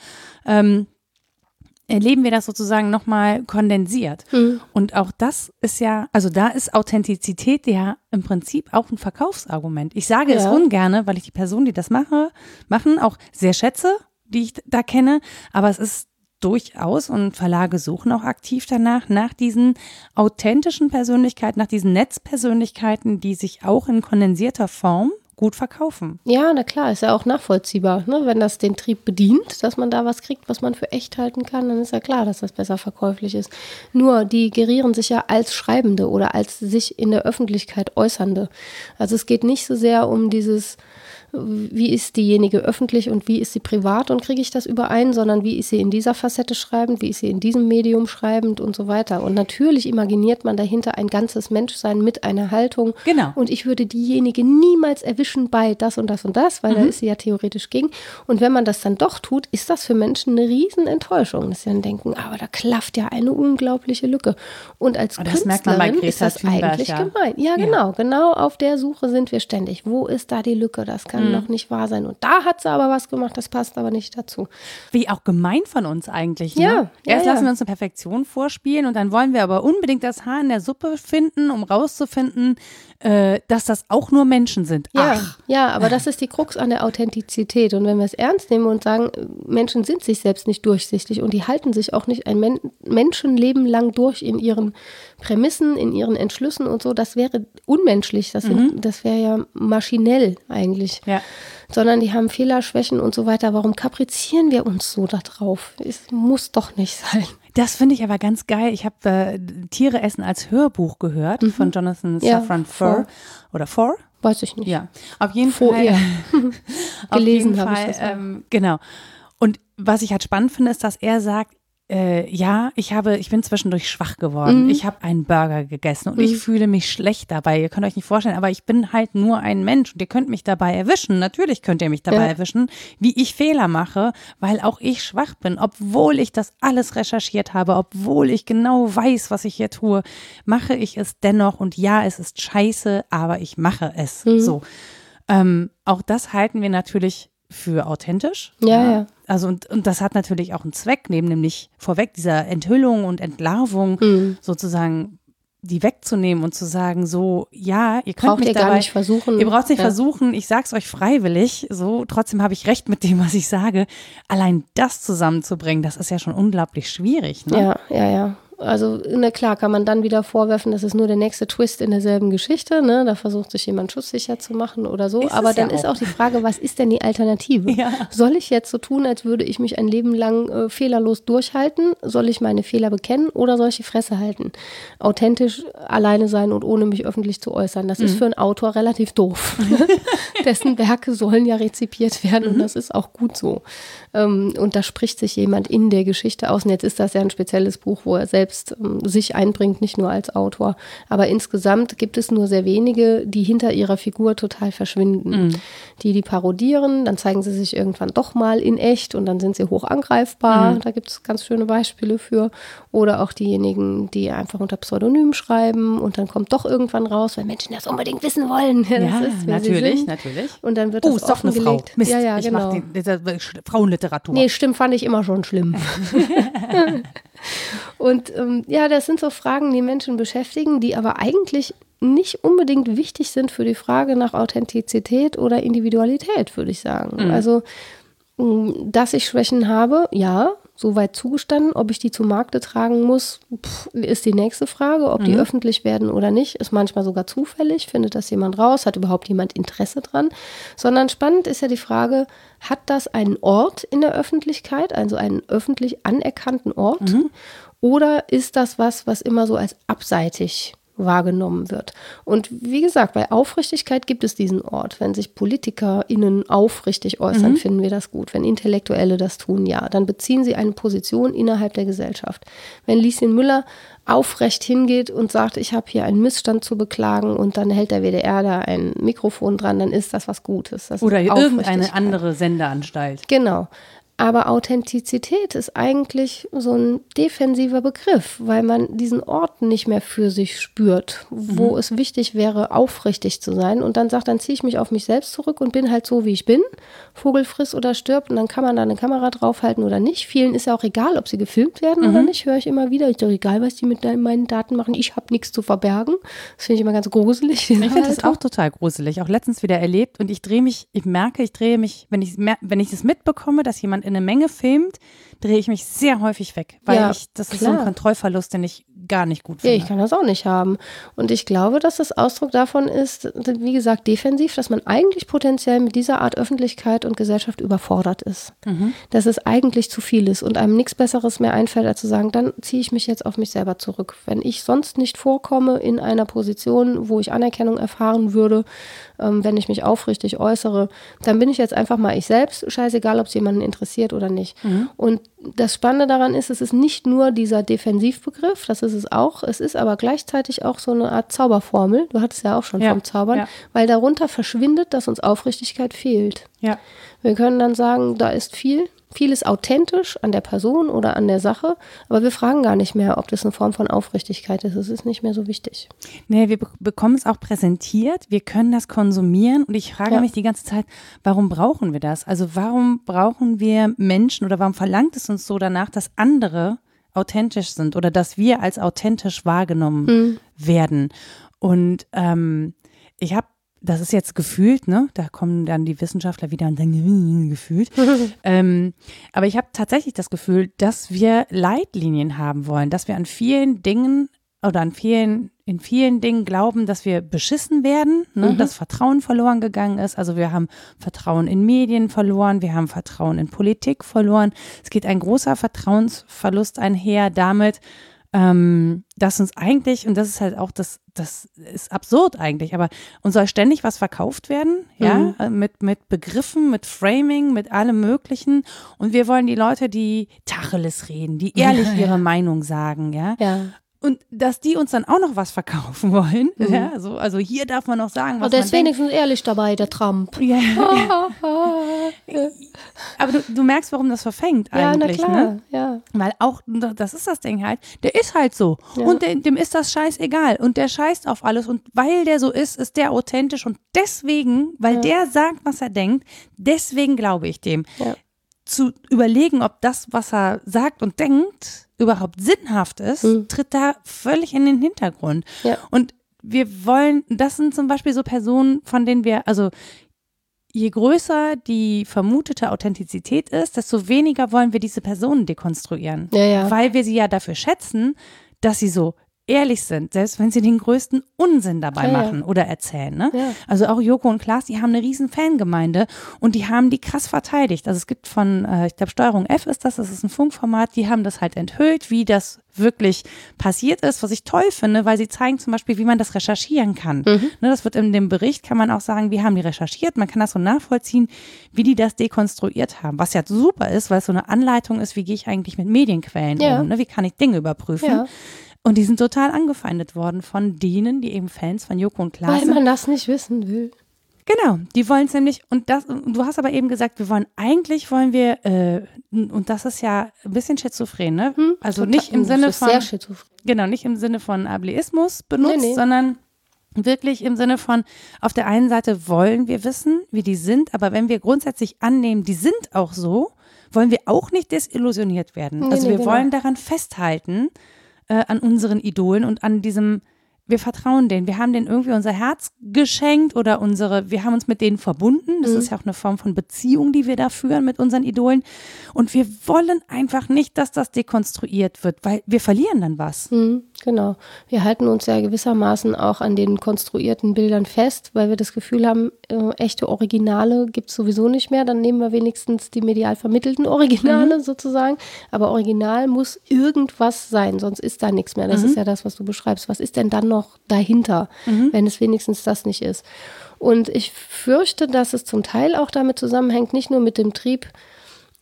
erleben wir das sozusagen nochmal kondensiert. Und auch das ist ja, also da ist Authentizität ja im Prinzip auch ein Verkaufsargument. Ich sage es ungerne, weil ich die Personen, die das machen, auch sehr schätze, die ich da kenne, aber es ist durchaus, und Verlage suchen auch aktiv danach, nach diesen authentischen Persönlichkeiten, nach diesen Netzpersönlichkeiten, die sich auch in kondensierter Form gut verkaufen. Ja, na klar, ist ja auch nachvollziehbar, ne? Wenn das den Trieb bedient, dass man da was kriegt, was man für echt halten kann, dann ist ja klar, dass das besser verkäuflich ist. Nur, die gerieren sich ja als Schreibende oder als sich in der Öffentlichkeit Äußernde. Also es geht nicht so sehr um dieses, wie ist diejenige öffentlich und wie ist sie privat und kriege ich das überein, sondern wie ist sie in dieser Facette schreibend, wie ist sie in diesem Medium schreibend und so weiter. Und natürlich imaginiert man dahinter ein ganzes Menschsein mit einer Haltung. Genau. Und ich würde diejenige niemals erwischen bei das und das und das, weil da ist sie ja theoretisch gegen. Und wenn man das dann doch tut, ist das für Menschen eine riesen Enttäuschung, dass sie dann denken, aber da klafft ja eine unglaubliche Lücke. Und als Künstlerin ist das eigentlich gemein. Ja, genau auf der Suche sind wir ständig. Wo ist da die Lücke? Das kann noch nicht wahr sein. Und da hat sie aber was gemacht, das passt aber nicht dazu. Wie auch gemein von uns eigentlich. Ne? Erst lassen wir uns eine Perfektion vorspielen und dann wollen wir aber unbedingt das Haar in der Suppe finden, um rauszufinden, dass das auch nur Menschen sind. Ja, aber das ist die Krux an der Authentizität. Und wenn wir es ernst nehmen und sagen, Menschen sind sich selbst nicht durchsichtig und die halten sich auch nicht ein Menschenleben lang durch in ihren Prämissen, in ihren Entschlüssen und so, das wäre unmenschlich. Das wäre ja maschinell eigentlich. Ja. Sondern die haben Fehler, Schwächen und so weiter. Warum kaprizieren wir uns so da drauf? Es muss doch nicht sein. Das finde ich aber ganz geil. Ich habe Tiere essen als Hörbuch gehört von Jonathan Safran Foer. Oder Foer? Weiß ich nicht. Ja, auf jeden Fall. Gelesen habe ich das. Genau. Und was ich halt spannend finde, ist, dass er sagt, ich bin zwischendurch schwach geworden. Ich habe einen Burger gegessen und ich fühle mich schlecht dabei. Ihr könnt euch nicht vorstellen, aber ich bin halt nur ein Mensch und ihr könnt mich dabei erwischen. Natürlich könnt ihr mich dabei erwischen, wie ich Fehler mache, weil auch ich schwach bin. Obwohl ich das alles recherchiert habe, obwohl ich genau weiß, was ich hier tue, mache ich es dennoch. Und ja, es ist scheiße, aber ich mache es. So. Auch das halten wir natürlich für authentisch. Ja. Also und das hat natürlich auch einen Zweck, nämlich vorweg dieser Enthüllung und Entlarvung sozusagen die wegzunehmen und zu sagen, so, ja, ihr könnt mich dabei, gar nicht versuchen. Ihr braucht es nicht versuchen, ich sag's euch freiwillig, so, trotzdem habe ich recht mit dem, was ich sage. Allein das zusammenzubringen, das ist ja schon unglaublich schwierig, ne? Ja. Also, na klar, kann man dann wieder vorwerfen, das ist nur der nächste Twist in derselben Geschichte, ne? Da versucht sich jemand schusssicher zu machen oder so. Aber dann ist auch die Frage, was ist denn die Alternative? Ja. Soll ich jetzt so tun, als würde ich mich ein Leben lang fehlerlos durchhalten? Soll ich meine Fehler bekennen oder soll ich die Fresse halten? Authentisch alleine sein und ohne mich öffentlich zu äußern. Das ist für einen Autor relativ doof. Dessen Werke sollen ja rezipiert werden und das ist auch gut so. Und da spricht sich jemand in der Geschichte aus. Und jetzt ist das ja ein spezielles Buch, wo er selbst sich einbringt, nicht nur als Autor. Aber insgesamt gibt es nur sehr wenige, die hinter ihrer Figur total verschwinden. Die parodieren, dann zeigen sie sich irgendwann doch mal in echt und dann sind sie hoch angreifbar. Da gibt es ganz schöne Beispiele für. Oder auch diejenigen, die einfach unter Pseudonym schreiben und dann kommt doch irgendwann raus, weil Menschen das unbedingt wissen wollen. Natürlich. Und dann wird das ist doch eine Frau. Mist, ich genau. mache Frauenliteratur. Nee, stimmt, fand ich immer schon schlimm. Und das sind so Fragen, die Menschen beschäftigen, die aber eigentlich nicht unbedingt wichtig sind für die Frage nach Authentizität oder Individualität, würde ich sagen. Also, dass ich Schwächen habe, ja, soweit zugestanden. Ob ich die zu Markte tragen muss, ist die nächste Frage. Ob die öffentlich werden oder nicht, ist manchmal sogar zufällig. Findet das jemand raus? Hat überhaupt jemand Interesse dran? Sondern spannend ist ja die Frage, hat das einen Ort in der Öffentlichkeit, also einen öffentlich anerkannten Ort? Oder ist das was immer so als abseitig wahrgenommen wird? Und wie gesagt, bei Aufrichtigkeit gibt es diesen Ort. Wenn sich PolitikerInnen aufrichtig äußern, finden wir das gut. Wenn Intellektuelle das tun, ja, dann beziehen sie eine Position innerhalb der Gesellschaft. Wenn Lieschen Müller aufrecht hingeht und sagt, ich habe hier einen Missstand zu beklagen und dann hält der WDR da ein Mikrofon dran, dann ist das was Gutes. Das oder irgendeine andere Sendeanstalt. Genau. Aber Authentizität ist eigentlich so ein defensiver Begriff, weil man diesen Ort nicht mehr für sich spürt, wo es wichtig wäre, aufrichtig zu sein. Und dann sagt, dann ziehe ich mich auf mich selbst zurück und bin halt so, wie ich bin. Vogel frisst oder stirbt und dann kann man da eine Kamera draufhalten oder nicht. Vielen ist ja auch egal, ob sie gefilmt werden oder nicht, höre ich immer wieder. Ist doch egal, was die mit meinen Daten machen. Ich habe nichts zu verbergen. Das finde ich immer ganz gruselig. Ich finde das auch total gruselig. Auch letztens wieder erlebt und ich drehe mich, wenn ich es mitbekomme, dass jemand in eine Menge filmt, drehe ich mich sehr häufig weg, weil das ist so ein Kontrollverlust, den ich gar nicht gut finde. Ja, ich kann das auch nicht haben. Und ich glaube, dass das Ausdruck davon ist, wie gesagt, defensiv, dass man eigentlich potenziell mit dieser Art Öffentlichkeit und Gesellschaft überfordert ist. Dass es eigentlich zu viel ist und einem nichts Besseres mehr einfällt, als zu sagen, dann ziehe ich mich jetzt auf mich selber zurück. Wenn ich sonst nicht vorkomme in einer Position, wo ich Anerkennung erfahren würde, wenn ich mich aufrichtig äußere, dann bin ich jetzt einfach mal ich selbst, scheißegal, ob es jemanden interessiert oder nicht. Und das Spannende daran ist, es ist nicht nur dieser Defensivbegriff, das ist es auch, es ist aber gleichzeitig auch so eine Art Zauberformel, du hattest ja auch schon vom Zaubern, weil darunter verschwindet, dass uns Aufrichtigkeit fehlt. Ja. Wir können dann sagen, da ist vieles authentisch an der Person oder an der Sache, aber wir fragen gar nicht mehr, ob das eine Form von Aufrichtigkeit ist. Es ist nicht mehr so wichtig. Nee, wir bekommen es auch präsentiert, wir können das konsumieren und ich frage mich die ganze Zeit, warum brauchen wir das? Also warum brauchen wir Menschen oder warum verlangt es uns so danach, dass andere authentisch sind oder dass wir als authentisch wahrgenommen werden? Und ich habe das ist jetzt gefühlt, ne? Da kommen dann die Wissenschaftler wieder und sagen, gefühlt. Aber ich habe tatsächlich das Gefühl, dass wir Leitlinien haben wollen, dass wir an vielen Dingen oder in vielen Dingen glauben, dass wir beschissen werden, ne? Dass Vertrauen verloren gegangen ist. Also wir haben Vertrauen in Medien verloren, wir haben Vertrauen in Politik verloren. Es geht ein großer Vertrauensverlust einher damit, dass uns eigentlich, und das ist halt auch, das ist absurd eigentlich, aber uns soll ständig was verkauft werden, mit Begriffen, mit Framing, mit allem Möglichen. Und wir wollen die Leute, die Tacheles reden, die ehrlich ihre Meinung sagen, ja. Und dass die uns dann auch noch was verkaufen wollen. Ja, also hier darf man noch sagen, was der ist wenigstens ehrlich dabei, der Trump. Ja. Aber du merkst, warum das verfängt eigentlich. Ja, na klar. Ne? Ja. Weil auch, das ist das Ding halt, der ist halt so. Ja. Und dem ist das scheißegal. Und der scheißt auf alles. Und weil der so ist der authentisch. Und deswegen, weil der sagt, was er denkt, deswegen glaube ich dem. Ja. Zu überlegen, ob das, was er sagt und denkt, überhaupt sinnhaft ist, tritt da völlig in den Hintergrund. Ja. Und wir wollen, das sind zum Beispiel so Personen, von denen wir, also je größer die vermutete Authentizität ist, desto weniger wollen wir diese Personen dekonstruieren. Ja. Weil wir sie ja dafür schätzen, dass sie so ehrlich sind, selbst wenn sie den größten Unsinn dabei machen oder erzählen. Ne? Ja. Also auch Joko und Klaas, die haben eine riesen Fangemeinde und die haben die krass verteidigt. Also es gibt von, ich glaube Steuerung F ist das ist ein Funkformat, die haben das halt enthüllt, wie das wirklich passiert ist, was ich toll finde, weil sie zeigen zum Beispiel, wie man das recherchieren kann. Ne, das wird in dem Bericht, kann man auch sagen, wie haben die recherchiert, man kann das so nachvollziehen, wie die das dekonstruiert haben, was ja super ist, weil es so eine Anleitung ist, wie gehe ich eigentlich mit Medienquellen um, ne? Wie kann ich Dinge überprüfen. Ja. Und die sind total angefeindet worden von denen, die eben Fans von Joko und Klaas sind. Weil man das nicht wissen will. Genau, die wollen es nämlich, und du hast aber eben gesagt, wollen wir, und das ist ja ein bisschen schizophren, ne? Also total, nicht im Sinne von, sehr schizophren. Genau, nicht im Sinne von Ableismus benutzt, sondern wirklich im Sinne von, auf der einen Seite wollen wir wissen, wie die sind, aber wenn wir grundsätzlich annehmen, die sind auch so, wollen wir auch nicht desillusioniert werden. Also wir wollen daran festhalten, an unseren Idolen und an diesem, wir vertrauen denen, wir haben denen irgendwie unser Herz geschenkt oder wir haben uns mit denen verbunden, das ist ja auch eine Form von Beziehung, die wir da führen mit unseren Idolen und wir wollen einfach nicht, dass das dekonstruiert wird, weil wir verlieren dann was. Genau, wir halten uns ja gewissermaßen auch an den konstruierten Bildern fest, weil wir das Gefühl haben, echte Originale gibt es sowieso nicht mehr, dann nehmen wir wenigstens die medial vermittelten Originale sozusagen, aber Original muss irgendwas sein, sonst ist da nichts mehr, das ist ja das, was du beschreibst, was ist denn dann noch dahinter, wenn es wenigstens das nicht ist. Und ich fürchte, dass es zum Teil auch damit zusammenhängt, nicht nur mit dem Trieb,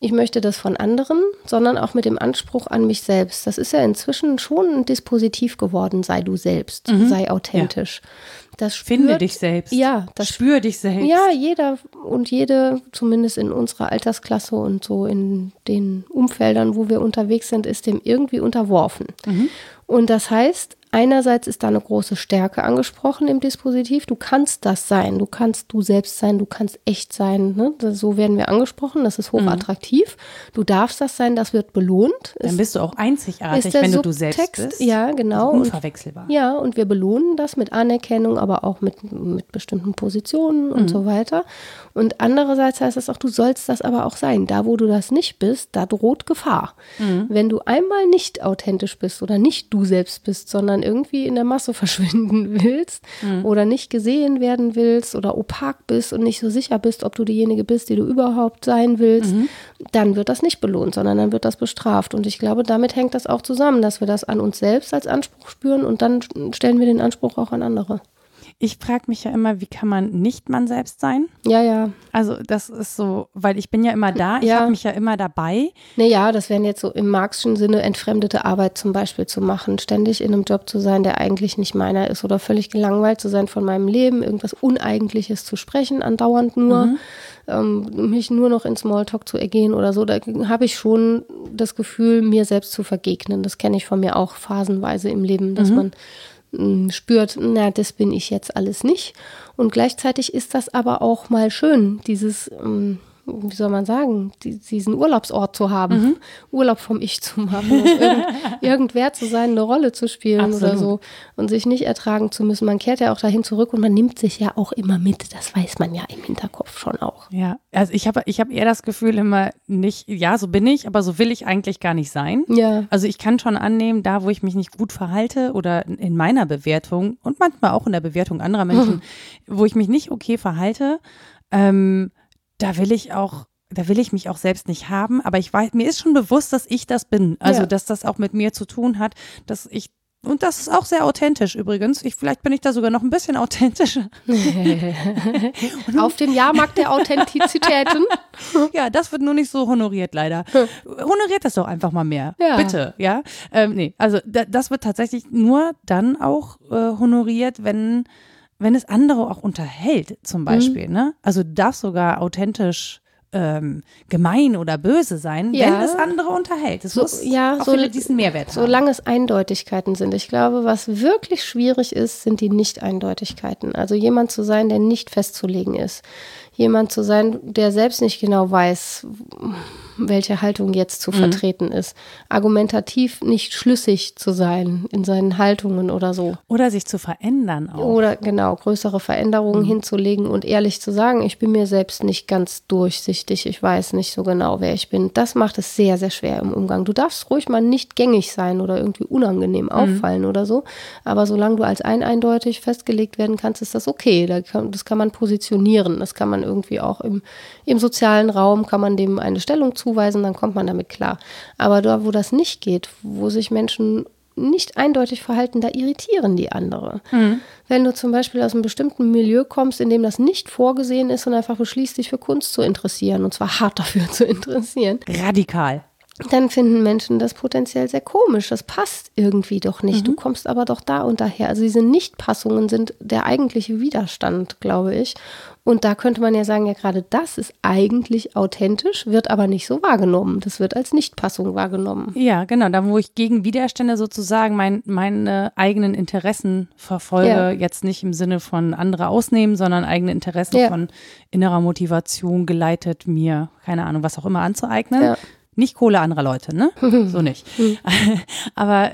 ich möchte das von anderen, sondern auch mit dem Anspruch an mich selbst. Das ist ja inzwischen schon ein Dispositiv geworden, sei du selbst, sei authentisch. Ja. Das Finde dich selbst. Ja, spür dich selbst. Ja, jeder und jede, zumindest in unserer Altersklasse und so in den Umfeldern, wo wir unterwegs sind, ist dem irgendwie unterworfen. Und das heißt, einerseits ist da eine große Stärke angesprochen im Dispositiv. Du kannst das sein, du kannst du selbst sein, du kannst echt sein. Ne? So werden wir angesprochen, das ist hochattraktiv. Du darfst das sein, das wird belohnt. Dann bist du auch einzigartig, wenn du selbst bist. Ja, genau. Also unverwechselbar. Und wir belohnen das mit Anerkennung, aber auch mit bestimmten Positionen und so weiter. Und andererseits heißt das auch, du sollst das aber auch sein. Da, wo du das nicht bist, da droht Gefahr. Wenn du einmal nicht authentisch bist oder nicht du selbst bist, sondern irgendwie in der Masse verschwinden willst oder nicht gesehen werden willst oder opak bist und nicht so sicher bist, ob du diejenige bist, die du überhaupt sein willst, dann wird das nicht belohnt, sondern dann wird das bestraft. Und ich glaube, damit hängt das auch zusammen, dass wir das an uns selbst als Anspruch spüren und dann stellen wir den Anspruch auch an andere. Ich frage mich ja immer, wie kann man nicht man selbst sein? Ja. Also das ist so, weil ich bin ja immer da, ich habe mich ja immer dabei. Naja, das wären jetzt so im Marxischen Sinne entfremdete Arbeit zum Beispiel zu machen, ständig in einem Job zu sein, der eigentlich nicht meiner ist oder völlig gelangweilt zu sein von meinem Leben, irgendwas Uneigentliches zu sprechen, andauernd nur, mich nur noch in Smalltalk zu ergehen oder so. Da habe ich schon das Gefühl, mir selbst zu vergegnen. Das kenne ich von mir auch phasenweise im Leben, dass man spürt, na, das bin ich jetzt alles nicht. Und gleichzeitig ist das aber auch mal schön, dieses, wie soll man sagen, diesen Urlaubsort zu haben, Urlaub vom Ich zu machen, irgendwer zu sein, eine Rolle zu spielen oder so und sich nicht ertragen zu müssen. Man kehrt ja auch dahin zurück und man nimmt sich ja auch immer mit. Das weiß man ja im Hinterkopf schon auch. Ja, also ich hab eher das Gefühl immer nicht, ja, so bin ich, aber so will ich eigentlich gar nicht sein. Ja. Also ich kann schon annehmen, da wo ich mich nicht gut verhalte oder in meiner Bewertung und manchmal auch in der Bewertung anderer Menschen, wo ich mich nicht okay verhalte, da will ich mich auch selbst nicht haben, aber ich weiß, mir ist schon bewusst, dass ich das bin. Also, dass das auch mit mir zu tun hat, und das ist auch sehr authentisch übrigens. Vielleicht bin ich da sogar noch ein bisschen authentischer. Auf dem Jahrmarkt der Authentizitäten. Ja, das wird nur nicht so honoriert, leider. Honoriert das doch einfach mal mehr. Ja. Bitte, ja. Nee, also das wird tatsächlich nur dann auch honoriert, wenn es andere auch unterhält, zum Beispiel, ne? Also darf sogar authentisch gemein oder böse sein, wenn es andere unterhält. Es muss auch diesen Mehrwert haben. Solange es Eindeutigkeiten sind. Ich glaube, was wirklich schwierig ist, sind die Nicht-Eindeutigkeiten. Also jemand zu sein, der nicht festzulegen ist. Jemand zu sein, der selbst nicht genau weiß, welche Haltung jetzt zu vertreten ist. Argumentativ nicht schlüssig zu sein in seinen Haltungen oder so. Oder sich zu verändern auch. Oder genau, größere Veränderungen hinzulegen und ehrlich zu sagen, ich bin mir selbst nicht ganz durchsichtig, ich weiß nicht so genau, wer ich bin. Das macht es sehr, sehr schwer im Umgang. Du darfst ruhig mal nicht gängig sein oder irgendwie unangenehm auffallen oder so, aber solange du als eindeutig festgelegt werden kannst, ist das okay. Das kann man positionieren, das kann man irgendwie auch im sozialen Raum, kann man dem eine Stellung zuweisen, dann kommt man damit klar. Aber da, wo das nicht geht, wo sich Menschen nicht eindeutig verhalten, da irritieren die andere. Wenn du zum Beispiel aus einem bestimmten Milieu kommst, in dem das nicht vorgesehen ist und einfach beschließt, dich für Kunst zu interessieren, und zwar hart dafür zu interessieren. Radikal. Dann finden Menschen das potenziell sehr komisch. Das passt irgendwie doch nicht. Du kommst aber doch da und daher. Also diese Nichtpassungen sind der eigentliche Widerstand, glaube ich. Und da könnte man ja sagen, ja gerade das ist eigentlich authentisch, wird aber nicht so wahrgenommen. Das wird als Nichtpassung wahrgenommen. Ja, genau. Da, wo ich gegen Widerstände sozusagen meine eigenen Interessen verfolge, jetzt nicht im Sinne von andere ausnehmen, sondern eigene Interessen von innerer Motivation geleitet, mir, keine Ahnung, was auch immer anzueignen. Ja. Nicht Kohle anderer Leute, ne? So nicht. Aber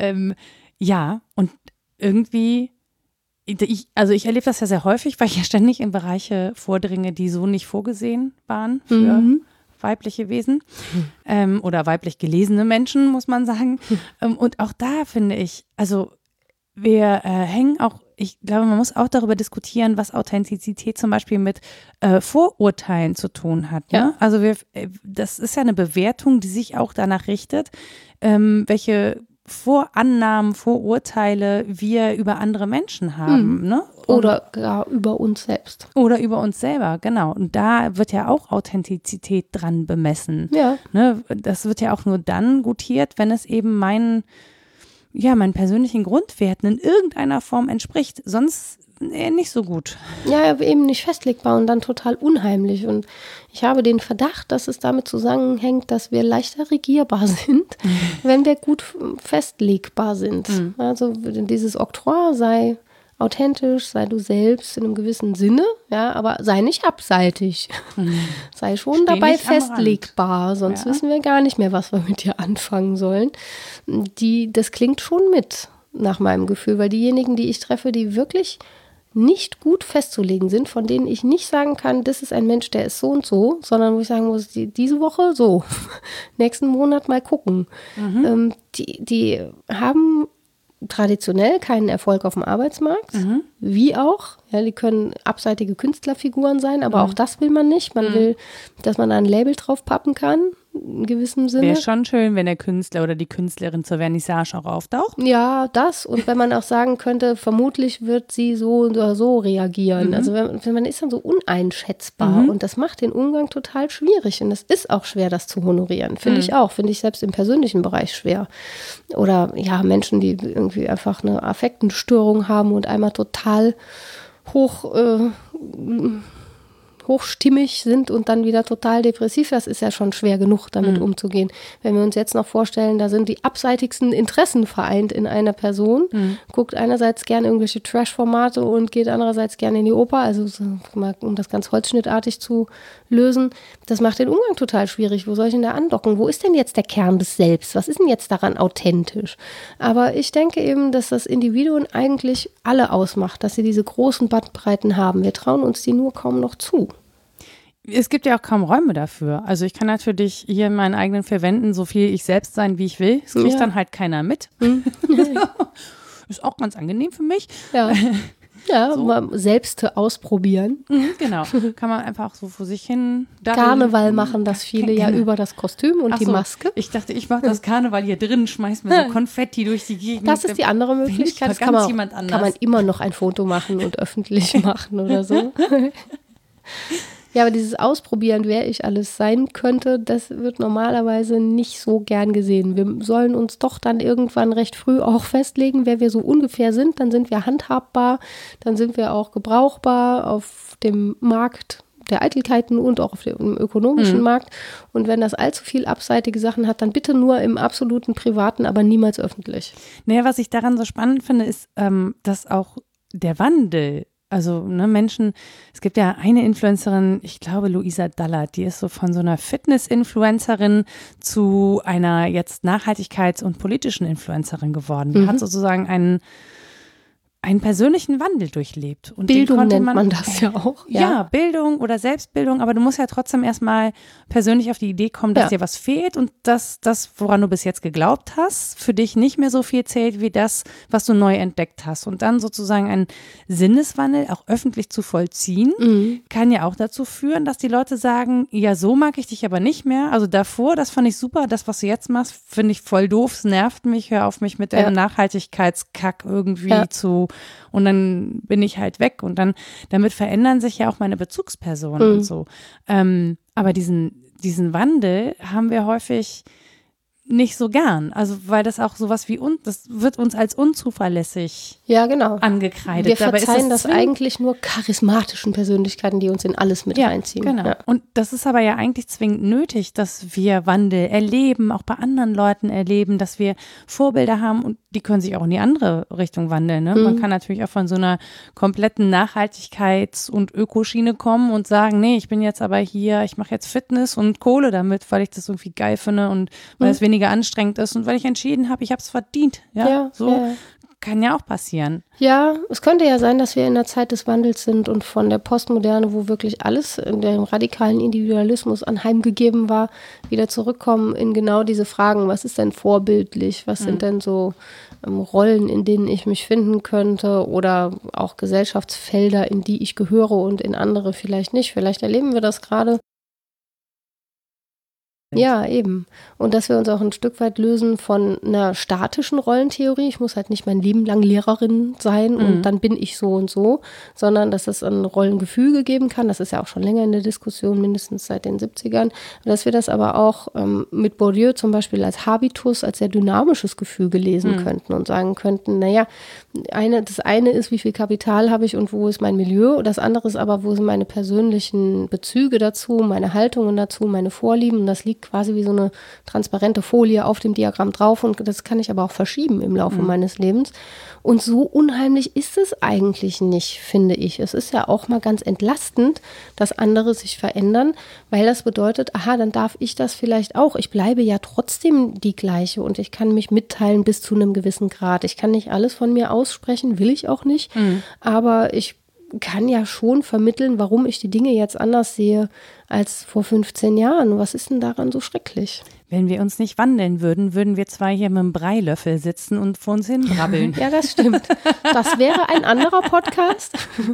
und irgendwie, ich erlebe das ja sehr häufig, weil ich ja ständig in Bereiche vordringe, die so nicht vorgesehen waren für weibliche Wesen oder weiblich gelesene Menschen, muss man sagen. Und auch da finde ich, also wir hängen auch, ich glaube, man muss auch darüber diskutieren, was Authentizität zum Beispiel mit Vorurteilen zu tun hat. Ne? Also das ist ja eine Bewertung, die sich auch danach richtet, welche Vorannahmen, Vorurteile wir über andere Menschen haben, ne? Oder gar über uns selbst. Oder über uns selber, genau. Und da wird ja auch Authentizität dran bemessen. Ja. Ne? Das wird ja auch nur dann gutiert, wenn es eben meinen persönlichen Grundwerten in irgendeiner Form entspricht. Sonst nicht so gut. Ja, eben nicht festlegbar und dann total unheimlich. Und ich habe den Verdacht, dass es damit zusammenhängt, dass wir leichter regierbar sind, wenn wir gut festlegbar sind. Also dieses Oktroi sei authentisch, sei du selbst in einem gewissen Sinne, ja, aber sei nicht abseitig. Sei schon dabei festlegbar, sonst wissen wir gar nicht mehr, was wir mit dir anfangen sollen. Das klingt schon mit, nach meinem Gefühl, weil diejenigen, die ich treffe, die wirklich nicht gut festzulegen sind, von denen ich nicht sagen kann, das ist ein Mensch, der ist so und so, sondern wo ich sagen muss, diese Woche so, nächsten Monat mal gucken. Die haben traditionell keinen Erfolg auf dem Arbeitsmarkt, wie auch. Ja, die können abseitige Künstlerfiguren sein, aber auch das will man nicht. Man will, dass man da ein Label drauf pappen kann, in gewissem Sinne. Wäre schon schön, wenn der Künstler oder die Künstlerin zur Vernissage auch auftaucht. Ja, das. Und wenn man auch sagen könnte, vermutlich wird sie so oder so reagieren. Also wenn man ist dann so uneinschätzbar und das macht den Umgang total schwierig. Und es ist auch schwer, das zu honorieren. Finde ich auch. Finde ich selbst im persönlichen Bereich schwer. Oder ja, Menschen, die irgendwie einfach eine Affektenstörung haben und einmal total hochstimmig sind und dann wieder total depressiv, das ist ja schon schwer genug, damit umzugehen. Wenn wir uns jetzt noch vorstellen, da sind die abseitigsten Interessen vereint in einer Person, guckt einerseits gerne irgendwelche Trash-Formate und geht andererseits gerne in die Oper, also um das ganz holzschnittartig zu lösen, das macht den Umgang total schwierig. Wo soll ich denn da andocken? Wo ist denn jetzt der Kern des Selbst? Was ist denn jetzt daran authentisch? Aber ich denke eben, dass das Individuen eigentlich alle ausmacht, dass sie diese großen Bandbreiten haben. Wir trauen uns die nur kaum noch zu. Es gibt ja auch kaum Räume dafür. Also ich kann natürlich hier in meinen eigenen vier Wänden so viel ich selbst sein, wie ich will. Das kriegt dann halt keiner mit. Ist auch ganz angenehm für mich. Ja. Ja, so. Mal selbst ausprobieren. Genau, kann man einfach so vor sich hin. Karneval machen das viele ja über das Kostüm und die Maske. Ich dachte, ich mache das Karneval hier drin, schmeiß mir so Konfetti durch die Gegend. Das ist die andere Möglichkeit. Das kann man immer noch ein Foto machen und öffentlich machen oder so. Ja, aber dieses Ausprobieren, wer ich alles sein könnte, das wird normalerweise nicht so gern gesehen. Wir sollen uns doch dann irgendwann recht früh auch festlegen, wer wir so ungefähr sind. Dann sind wir handhabbar, dann sind wir auch gebrauchbar auf dem Markt der Eitelkeiten und auch auf dem ökonomischen Markt. Und wenn das allzu viel abseitige Sachen hat, dann bitte nur im absoluten Privaten, aber niemals öffentlich. Naja, was ich daran so spannend finde, ist, dass auch der Wandel, also Menschen, es gibt ja eine Influencerin, ich glaube Luisa Dallert, die ist so von so einer Fitness-Influencerin zu einer jetzt Nachhaltigkeits- und politischen Influencerin geworden. Die hat sozusagen einen persönlichen Wandel durchlebt. Und Bildung nennt man das ja auch. Ja, Bildung oder Selbstbildung, aber du musst ja trotzdem erstmal persönlich auf die Idee kommen, dass dir was fehlt und dass das, woran du bis jetzt geglaubt hast, für dich nicht mehr so viel zählt wie das, was du neu entdeckt hast. Und dann sozusagen einen Sinneswandel auch öffentlich zu vollziehen, kann ja auch dazu führen, dass die Leute sagen, ja, so mag ich dich aber nicht mehr. Also davor, das fand ich super, das, was du jetzt machst, finde ich voll doof, es nervt mich, hör auf mich mit deinem Nachhaltigkeitskack irgendwie und dann bin ich halt weg und dann, damit verändern sich ja auch meine Bezugspersonen und so. Aber diesen Wandel haben wir häufig nicht so gern. Also weil das auch sowas wie das wird uns als unzuverlässig angekreidet. Wir verzeihen das eigentlich nur charismatischen Persönlichkeiten, die uns in alles mit reinziehen. Genau. Ja. Und das ist aber ja eigentlich zwingend nötig, dass wir Wandel erleben, auch bei anderen Leuten erleben, dass wir Vorbilder haben und die können sich auch in die andere Richtung wandeln. Ne? Man kann natürlich auch von so einer kompletten Nachhaltigkeits- und Ökoschiene kommen und sagen, nee, ich bin jetzt aber hier, ich mache jetzt Fitness und Kohle damit, weil ich das irgendwie geil finde und weil es weniger anstrengend ist und weil ich entschieden habe, ich habe es verdient. Kann ja auch passieren. Ja, es könnte ja sein, dass wir in der Zeit des Wandels sind und von der Postmoderne, wo wirklich alles in dem radikalen Individualismus anheimgegeben war, wieder zurückkommen in genau diese Fragen. Was ist denn vorbildlich? Was sind denn so Rollen, in denen ich mich finden könnte oder auch Gesellschaftsfelder, in die ich gehöre und in andere vielleicht nicht? Vielleicht erleben wir das gerade. Ja, eben. Und dass wir uns auch ein Stück weit lösen von einer statischen Rollentheorie. Ich muss halt nicht mein Leben lang Lehrerin sein und dann bin ich so und so, sondern dass es ein Rollengefüge geben kann. Das ist ja auch schon länger in der Diskussion, mindestens seit den 70ern. Dass wir das aber auch mit Bourdieu zum Beispiel als Habitus, als sehr dynamisches Gefüge lesen könnten und sagen könnten, naja, das eine ist, wie viel Kapital habe ich und wo ist mein Milieu. Das andere ist aber, wo sind meine persönlichen Bezüge dazu, meine Haltungen dazu, meine Vorlieben. Und das liegt quasi wie so eine transparente Folie auf dem Diagramm drauf und das kann ich aber auch verschieben im Laufe meines Lebens. Und so unheimlich ist es eigentlich nicht, finde ich. Es ist ja auch mal ganz entlastend, dass andere sich verändern, weil das bedeutet, aha, dann darf ich das vielleicht auch. Ich bleibe ja trotzdem die gleiche und ich kann mich mitteilen bis zu einem gewissen Grad. Ich kann nicht alles von mir aussprechen, will ich auch nicht, aber ich kann ja schon vermitteln, warum ich die Dinge jetzt anders sehe als vor 15 Jahren. Was ist denn daran so schrecklich? Wenn wir uns nicht wandeln würden, würden wir zwei hier mit einem Breilöffel sitzen und vor uns hin brabbeln. Ja, das stimmt. Das wäre ein anderer Podcast.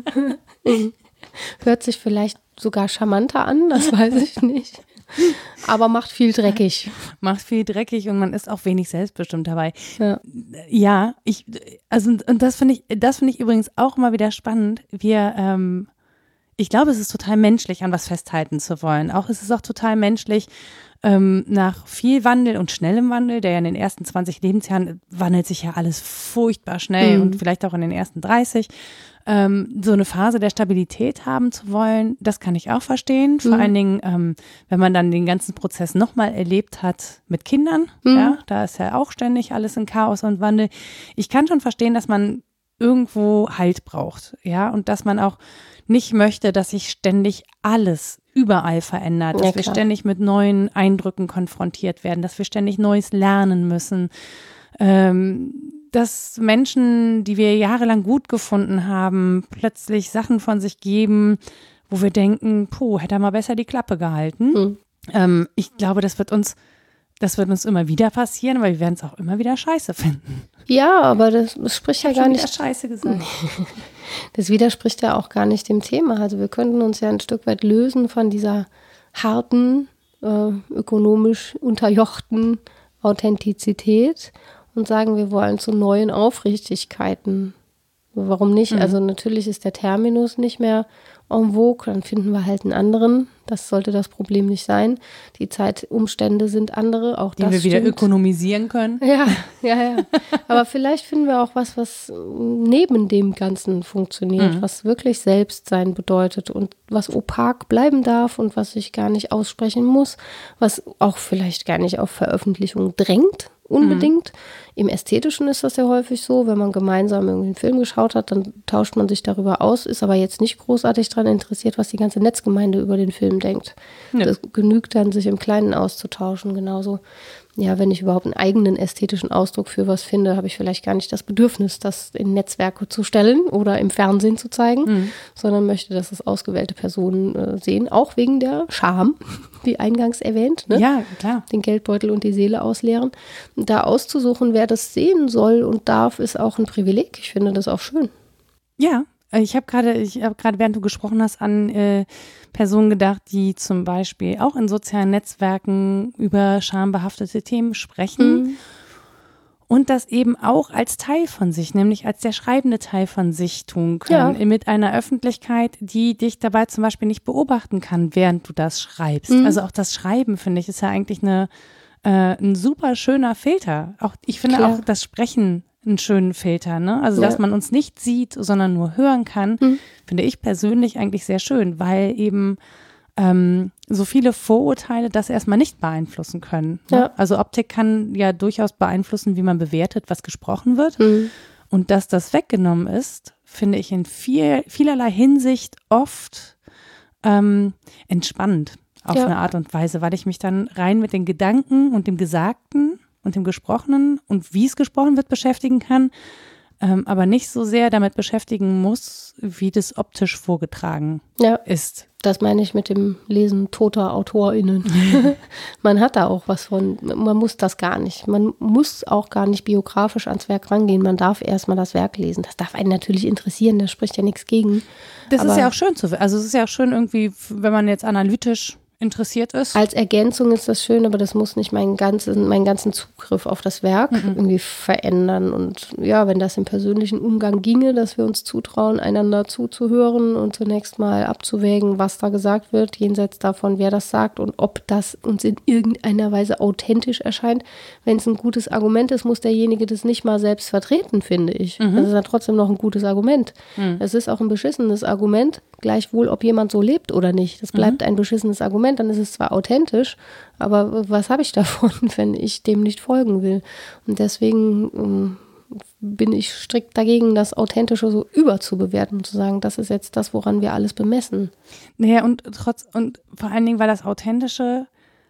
Hört sich vielleicht sogar charmanter an, das weiß ich nicht. Aber macht viel dreckig. Macht viel dreckig und man ist auch wenig selbstbestimmt dabei. Ja, und das finde ich übrigens auch immer wieder spannend. Ich glaube, es ist total menschlich, an was festhalten zu wollen. Es ist auch total menschlich, nach viel Wandel und schnellem Wandel, der ja in den ersten 20 Lebensjahren wandelt sich ja alles furchtbar schnell und vielleicht auch in den ersten 30, so eine Phase der Stabilität haben zu wollen, das kann ich auch verstehen. Vor allen Dingen, wenn man dann den ganzen Prozess nochmal erlebt hat mit Kindern, ja, da ist ja auch ständig alles in Chaos und Wandel. Ich kann schon verstehen, dass man irgendwo Halt braucht, ja, und dass man auch nicht möchte, dass sich ständig alles überall verändert, dass wir ständig mit neuen Eindrücken konfrontiert werden, dass wir ständig Neues lernen müssen, dass Menschen, die wir jahrelang gut gefunden haben, plötzlich Sachen von sich geben, wo wir denken, hätte er mal besser die Klappe gehalten. Ich glaube, das wird uns immer wieder passieren, aber wir werden es auch immer wieder scheiße finden. Ja, aber das spricht ja gar nicht. Scheiße gesagt. Das widerspricht ja auch gar nicht dem Thema. Also wir könnten uns ja ein Stück weit lösen von dieser harten, ökonomisch unterjochten Authentizität und sagen, wir wollen zu neuen Aufrichtigkeiten. Warum nicht? Also natürlich ist der Terminus nicht mehr en vogue, dann finden wir halt einen anderen. Das sollte das Problem nicht sein. Die Zeitumstände sind andere, auch das die wir wieder ökonomisieren können. Ja. Aber vielleicht finden wir auch was neben dem Ganzen funktioniert, was wirklich Selbstsein bedeutet und was opak bleiben darf und was ich gar nicht aussprechen muss, was auch vielleicht gar nicht auf Veröffentlichung drängt. Unbedingt. Im Ästhetischen ist das ja häufig so, wenn man gemeinsam irgendwie einen Film geschaut hat, dann tauscht man sich darüber aus, ist aber jetzt nicht großartig daran interessiert, was die ganze Netzgemeinde über den Film denkt. Ja. Das genügt dann, sich im Kleinen auszutauschen. Genauso, ja, wenn ich überhaupt einen eigenen ästhetischen Ausdruck für was finde, habe ich vielleicht gar nicht das Bedürfnis, das in Netzwerke zu stellen oder im Fernsehen zu zeigen, sondern möchte, dass es ausgewählte Personen sehen, auch wegen der Scham, wie eingangs erwähnt. Ne? Ja, klar. Den Geldbeutel und die Seele ausleeren. Da auszusuchen, wer das sehen soll und darf, ist auch ein Privileg. Ich finde das auch schön. Ja, ich habe gerade, während du gesprochen hast, an Personen gedacht, die zum Beispiel auch in sozialen Netzwerken über schambehaftete Themen sprechen und das eben auch als Teil von sich, nämlich als der schreibende Teil von sich tun können, mit einer Öffentlichkeit, die dich dabei zum Beispiel nicht beobachten kann, während du das schreibst. Also auch das Schreiben, finde ich, ist ja eigentlich ein super schöner Filter. Ich finde auch das Sprechen einen schönen Filter, ne? Also, dass man uns nicht sieht, sondern nur hören kann, finde ich persönlich eigentlich sehr schön, weil eben so viele Vorurteile das erstmal nicht beeinflussen können. Ne? Ja. Also Optik kann ja durchaus beeinflussen, wie man bewertet, was gesprochen wird. Und dass das weggenommen ist, finde ich in vielerlei Hinsicht oft entspannend auf eine Art und Weise, weil ich mich dann rein mit den Gedanken und dem Gesagten und dem Gesprochenen und wie es gesprochen wird beschäftigen kann, aber nicht so sehr damit beschäftigen muss, wie das optisch vorgetragen ist. Das meine ich mit dem Lesen toter AutorInnen. Man hat da auch was von, man muss das gar nicht. Man muss auch gar nicht biografisch ans Werk rangehen. Man darf erstmal das Werk lesen. Das darf einen natürlich interessieren, da spricht ja nichts gegen. Das ist ja auch schön es ist ja auch schön irgendwie, wenn man jetzt analytisch interessiert ist. Als Ergänzung ist das schön, aber das muss nicht meinen ganzen Zugriff auf das Werk irgendwie verändern. Und ja, wenn das im persönlichen Umgang ginge, dass wir uns zutrauen, einander zuzuhören und zunächst mal abzuwägen, was da gesagt wird, jenseits davon, wer das sagt und ob das uns in irgendeiner Weise authentisch erscheint. Wenn es ein gutes Argument ist, muss derjenige das nicht mal selbst vertreten, finde ich. Das ist ja trotzdem noch ein gutes Argument. Es ist auch ein beschissenes Argument, gleichwohl, ob jemand so lebt oder nicht. Das bleibt ein beschissenes Argument. Dann ist es zwar authentisch, aber was habe ich davon, wenn ich dem nicht folgen will? Und deswegen bin ich strikt dagegen, das Authentische so überzubewerten und zu sagen, das ist jetzt das, woran wir alles bemessen. Naja, und vor allen Dingen, weil das Authentische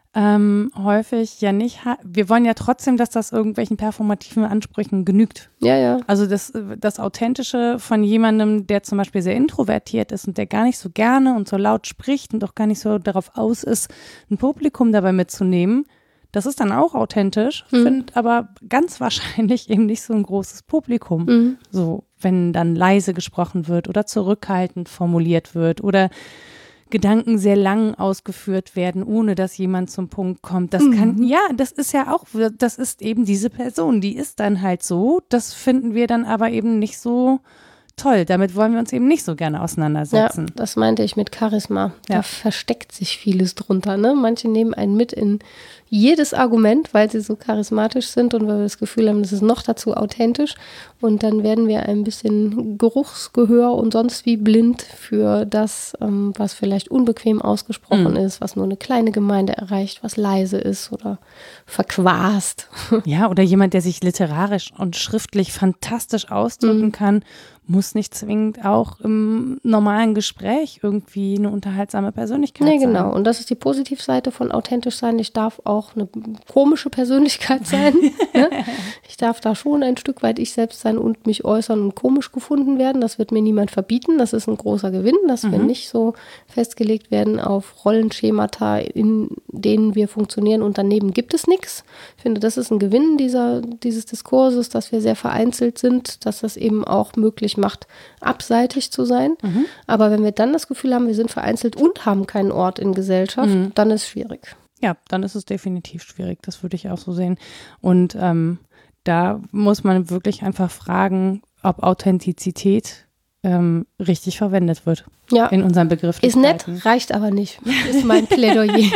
häufig ja nicht, wir wollen ja trotzdem, dass das irgendwelchen performativen Ansprüchen genügt. Ja. Also das Authentische von jemandem, der zum Beispiel sehr introvertiert ist und der gar nicht so gerne und so laut spricht und auch gar nicht so darauf aus ist, ein Publikum dabei mitzunehmen, das ist dann auch authentisch, findet aber ganz wahrscheinlich eben nicht so ein großes Publikum. So, wenn dann leise gesprochen wird oder zurückhaltend formuliert wird oder Gedanken sehr lang ausgeführt werden, ohne dass jemand zum Punkt kommt. Das das ist ja auch, das ist eben diese Person, die ist dann halt so. Das finden wir dann aber eben nicht so toll. Damit wollen wir uns eben nicht so gerne auseinandersetzen. Ja, das meinte ich mit Charisma. Da versteckt sich vieles drunter. Ne? Manche nehmen einen mit in jedes Argument, weil sie so charismatisch sind und weil wir das Gefühl haben, das ist noch dazu authentisch. Und dann werden wir ein bisschen Geruchsgehör und sonst wie blind für das, was vielleicht unbequem ausgesprochen ist, was nur eine kleine Gemeinde erreicht, was leise ist oder verquast. Ja, oder jemand, der sich literarisch und schriftlich fantastisch ausdrücken kann, muss nicht zwingend auch im normalen Gespräch irgendwie eine unterhaltsame Persönlichkeit sein. Genau. Und das ist die Positivseite von authentisch sein. Ich darf auch eine komische Persönlichkeit sein. Ne? Ich darf da schon ein Stück weit ich selbst sein und mich äußern und komisch gefunden werden. Das wird mir niemand verbieten. Das ist ein großer Gewinn, dass wir nicht so festgelegt werden auf Rollenschemata, in denen wir funktionieren und daneben gibt es nichts. Ich finde, das ist ein Gewinn dieses Diskurses, dass wir sehr vereinzelt sind, dass das eben auch möglich macht, abseitig zu sein. Aber wenn wir dann das Gefühl haben, wir sind vereinzelt und haben keinen Ort in Gesellschaft, dann ist es schwierig. Ja, dann ist es definitiv schwierig. Das würde ich auch so sehen. Und da muss man wirklich einfach fragen, ob Authentizität richtig verwendet wird in unserem Begriff. Ist nett, reicht aber nicht. Ist mein Plädoyer.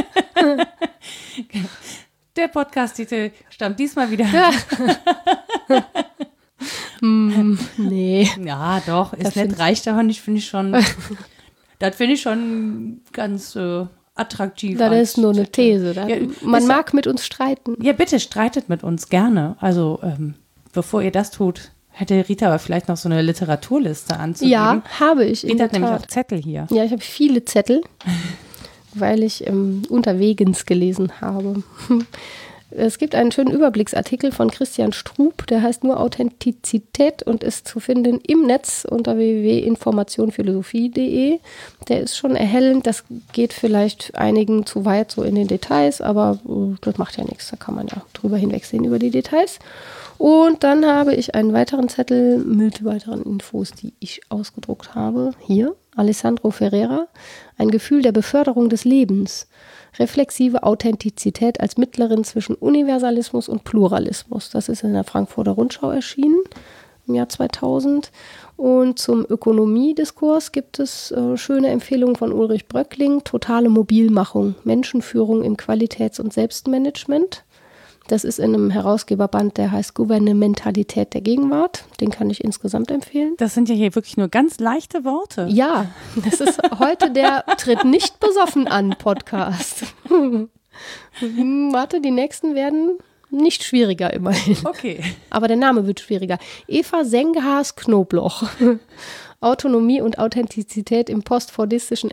Der Podcast-Titel stammt diesmal wieder. Nee. Ja, doch, ist nett, reicht aber nicht, finde ich schon. Das finde ich schon ganz attraktiv. Das ist nur eine These. Man mag mit uns streiten. Ja, bitte streitet mit uns gerne. Also, bevor ihr das tut, hätte Rita aber vielleicht noch so eine Literaturliste anzugeben. Ja, habe ich. Rita hat nämlich auch Zettel hier. Ja, ich habe viele Zettel, weil ich unterwegs gelesen habe. Es gibt einen schönen Überblicksartikel von Christian Strub, der heißt nur Authentizität und ist zu finden im Netz unter www.informationphilosophie.de. Der ist schon erhellend, das geht vielleicht einigen zu weit so in den Details, aber das macht ja nichts, da kann man ja drüber hinwegsehen über die Details. Und dann habe ich einen weiteren Zettel mit weiteren Infos, die ich ausgedruckt habe. Hier, Alessandro Ferreira, ein Gefühl der Beförderung des Lebens. Reflexive Authentizität als Mittlerin zwischen Universalismus und Pluralismus. Das ist in der Frankfurter Rundschau erschienen im Jahr 2000. Und zum Ökonomiediskurs gibt es schöne Empfehlungen von Ulrich Bröckling. Totale Mobilmachung, Menschenführung im Qualitäts- und Selbstmanagement. Das ist in einem Herausgeberband, der heißt Gouvernementalität der Gegenwart. Den kann ich insgesamt empfehlen. Das sind ja hier wirklich nur ganz leichte Worte. Ja, das ist heute der Tritt nicht besoffen an Podcast. Warte, die nächsten werden nicht schwieriger immerhin. Okay. Aber der Name wird schwieriger. Eva Senghas Knobloch. Autonomie und Authentizität im postfordistischen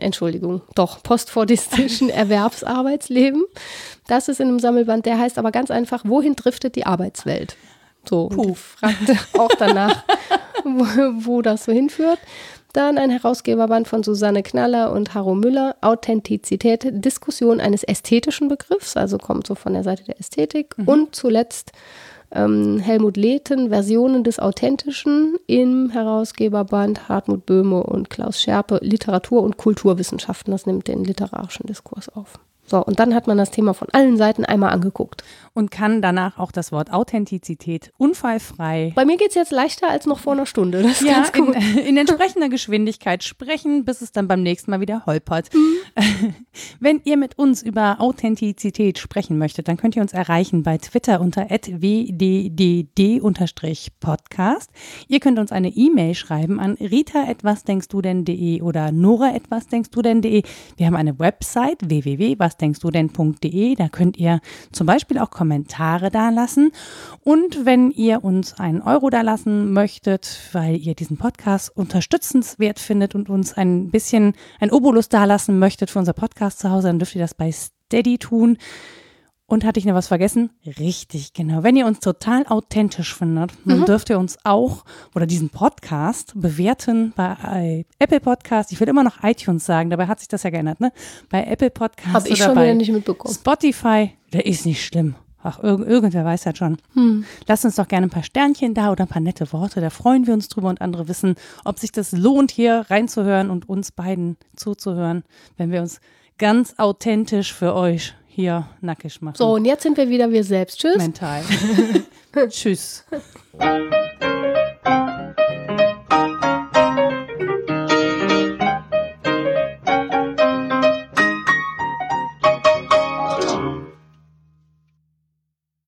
Erwerbsarbeitsleben. Das ist in einem Sammelband, der heißt aber ganz einfach, wohin driftet die Arbeitswelt? So, fragte auch danach, wo das so hinführt. Dann ein Herausgeberband von Susanne Knaller und Harro Müller, Authentizität, Diskussion eines ästhetischen Begriffs, also kommt so von der Seite der Ästhetik. Und zuletzt Helmut Lehten, Versionen des Authentischen im Herausgeberband Hartmut Böhme und Klaus Scherpe, Literatur- und Kulturwissenschaften. Das nimmt den literarischen Diskurs auf. So, und dann hat man das Thema von allen Seiten einmal angeguckt. Und kann danach auch das Wort Authentizität unfallfrei. Bei mir geht es jetzt leichter als noch vor einer Stunde. Das ist ganz gut. In entsprechender Geschwindigkeit sprechen, bis es dann beim nächsten Mal wieder holpert. Wenn ihr mit uns über Authentizität sprechen möchtet, dann könnt ihr uns erreichen bei Twitter unter @wddd_podcast. Ihr könnt uns eine E-Mail schreiben an rita@wasdenkstudenn.de oder nora@wasdenkstudenn.de. Wir haben eine Website www.wasdenkstudenn.de. Da könnt ihr zum Beispiel auch Kommentare dalassen. Und wenn ihr uns einen Euro dalassen möchtet, weil ihr diesen Podcast unterstützenswert findet und uns ein bisschen ein Obolus dalassen möchtet für unser Podcast zu Hause, dann dürft ihr das bei Steady tun. Und hatte ich noch was vergessen? Richtig, genau. Wenn ihr uns total authentisch findet, dann dürft ihr uns auch oder diesen Podcast bewerten bei Apple Podcast. Ich will immer noch iTunes sagen, dabei hat sich das ja geändert, ne? Bei Apple Podcast Hab ich schon wieder nicht mitbekommen. Spotify, der ist nicht schlimm. Ach, irgendwer weiß das schon. Lasst uns doch gerne ein paar Sternchen da oder ein paar nette Worte. Da freuen wir uns drüber und andere wissen, ob sich das lohnt, hier reinzuhören und uns beiden zuzuhören, wenn wir uns ganz authentisch für euch hier nackig machen. So, und jetzt sind wir wieder wir selbst. Tschüss. Mental. Tschüss.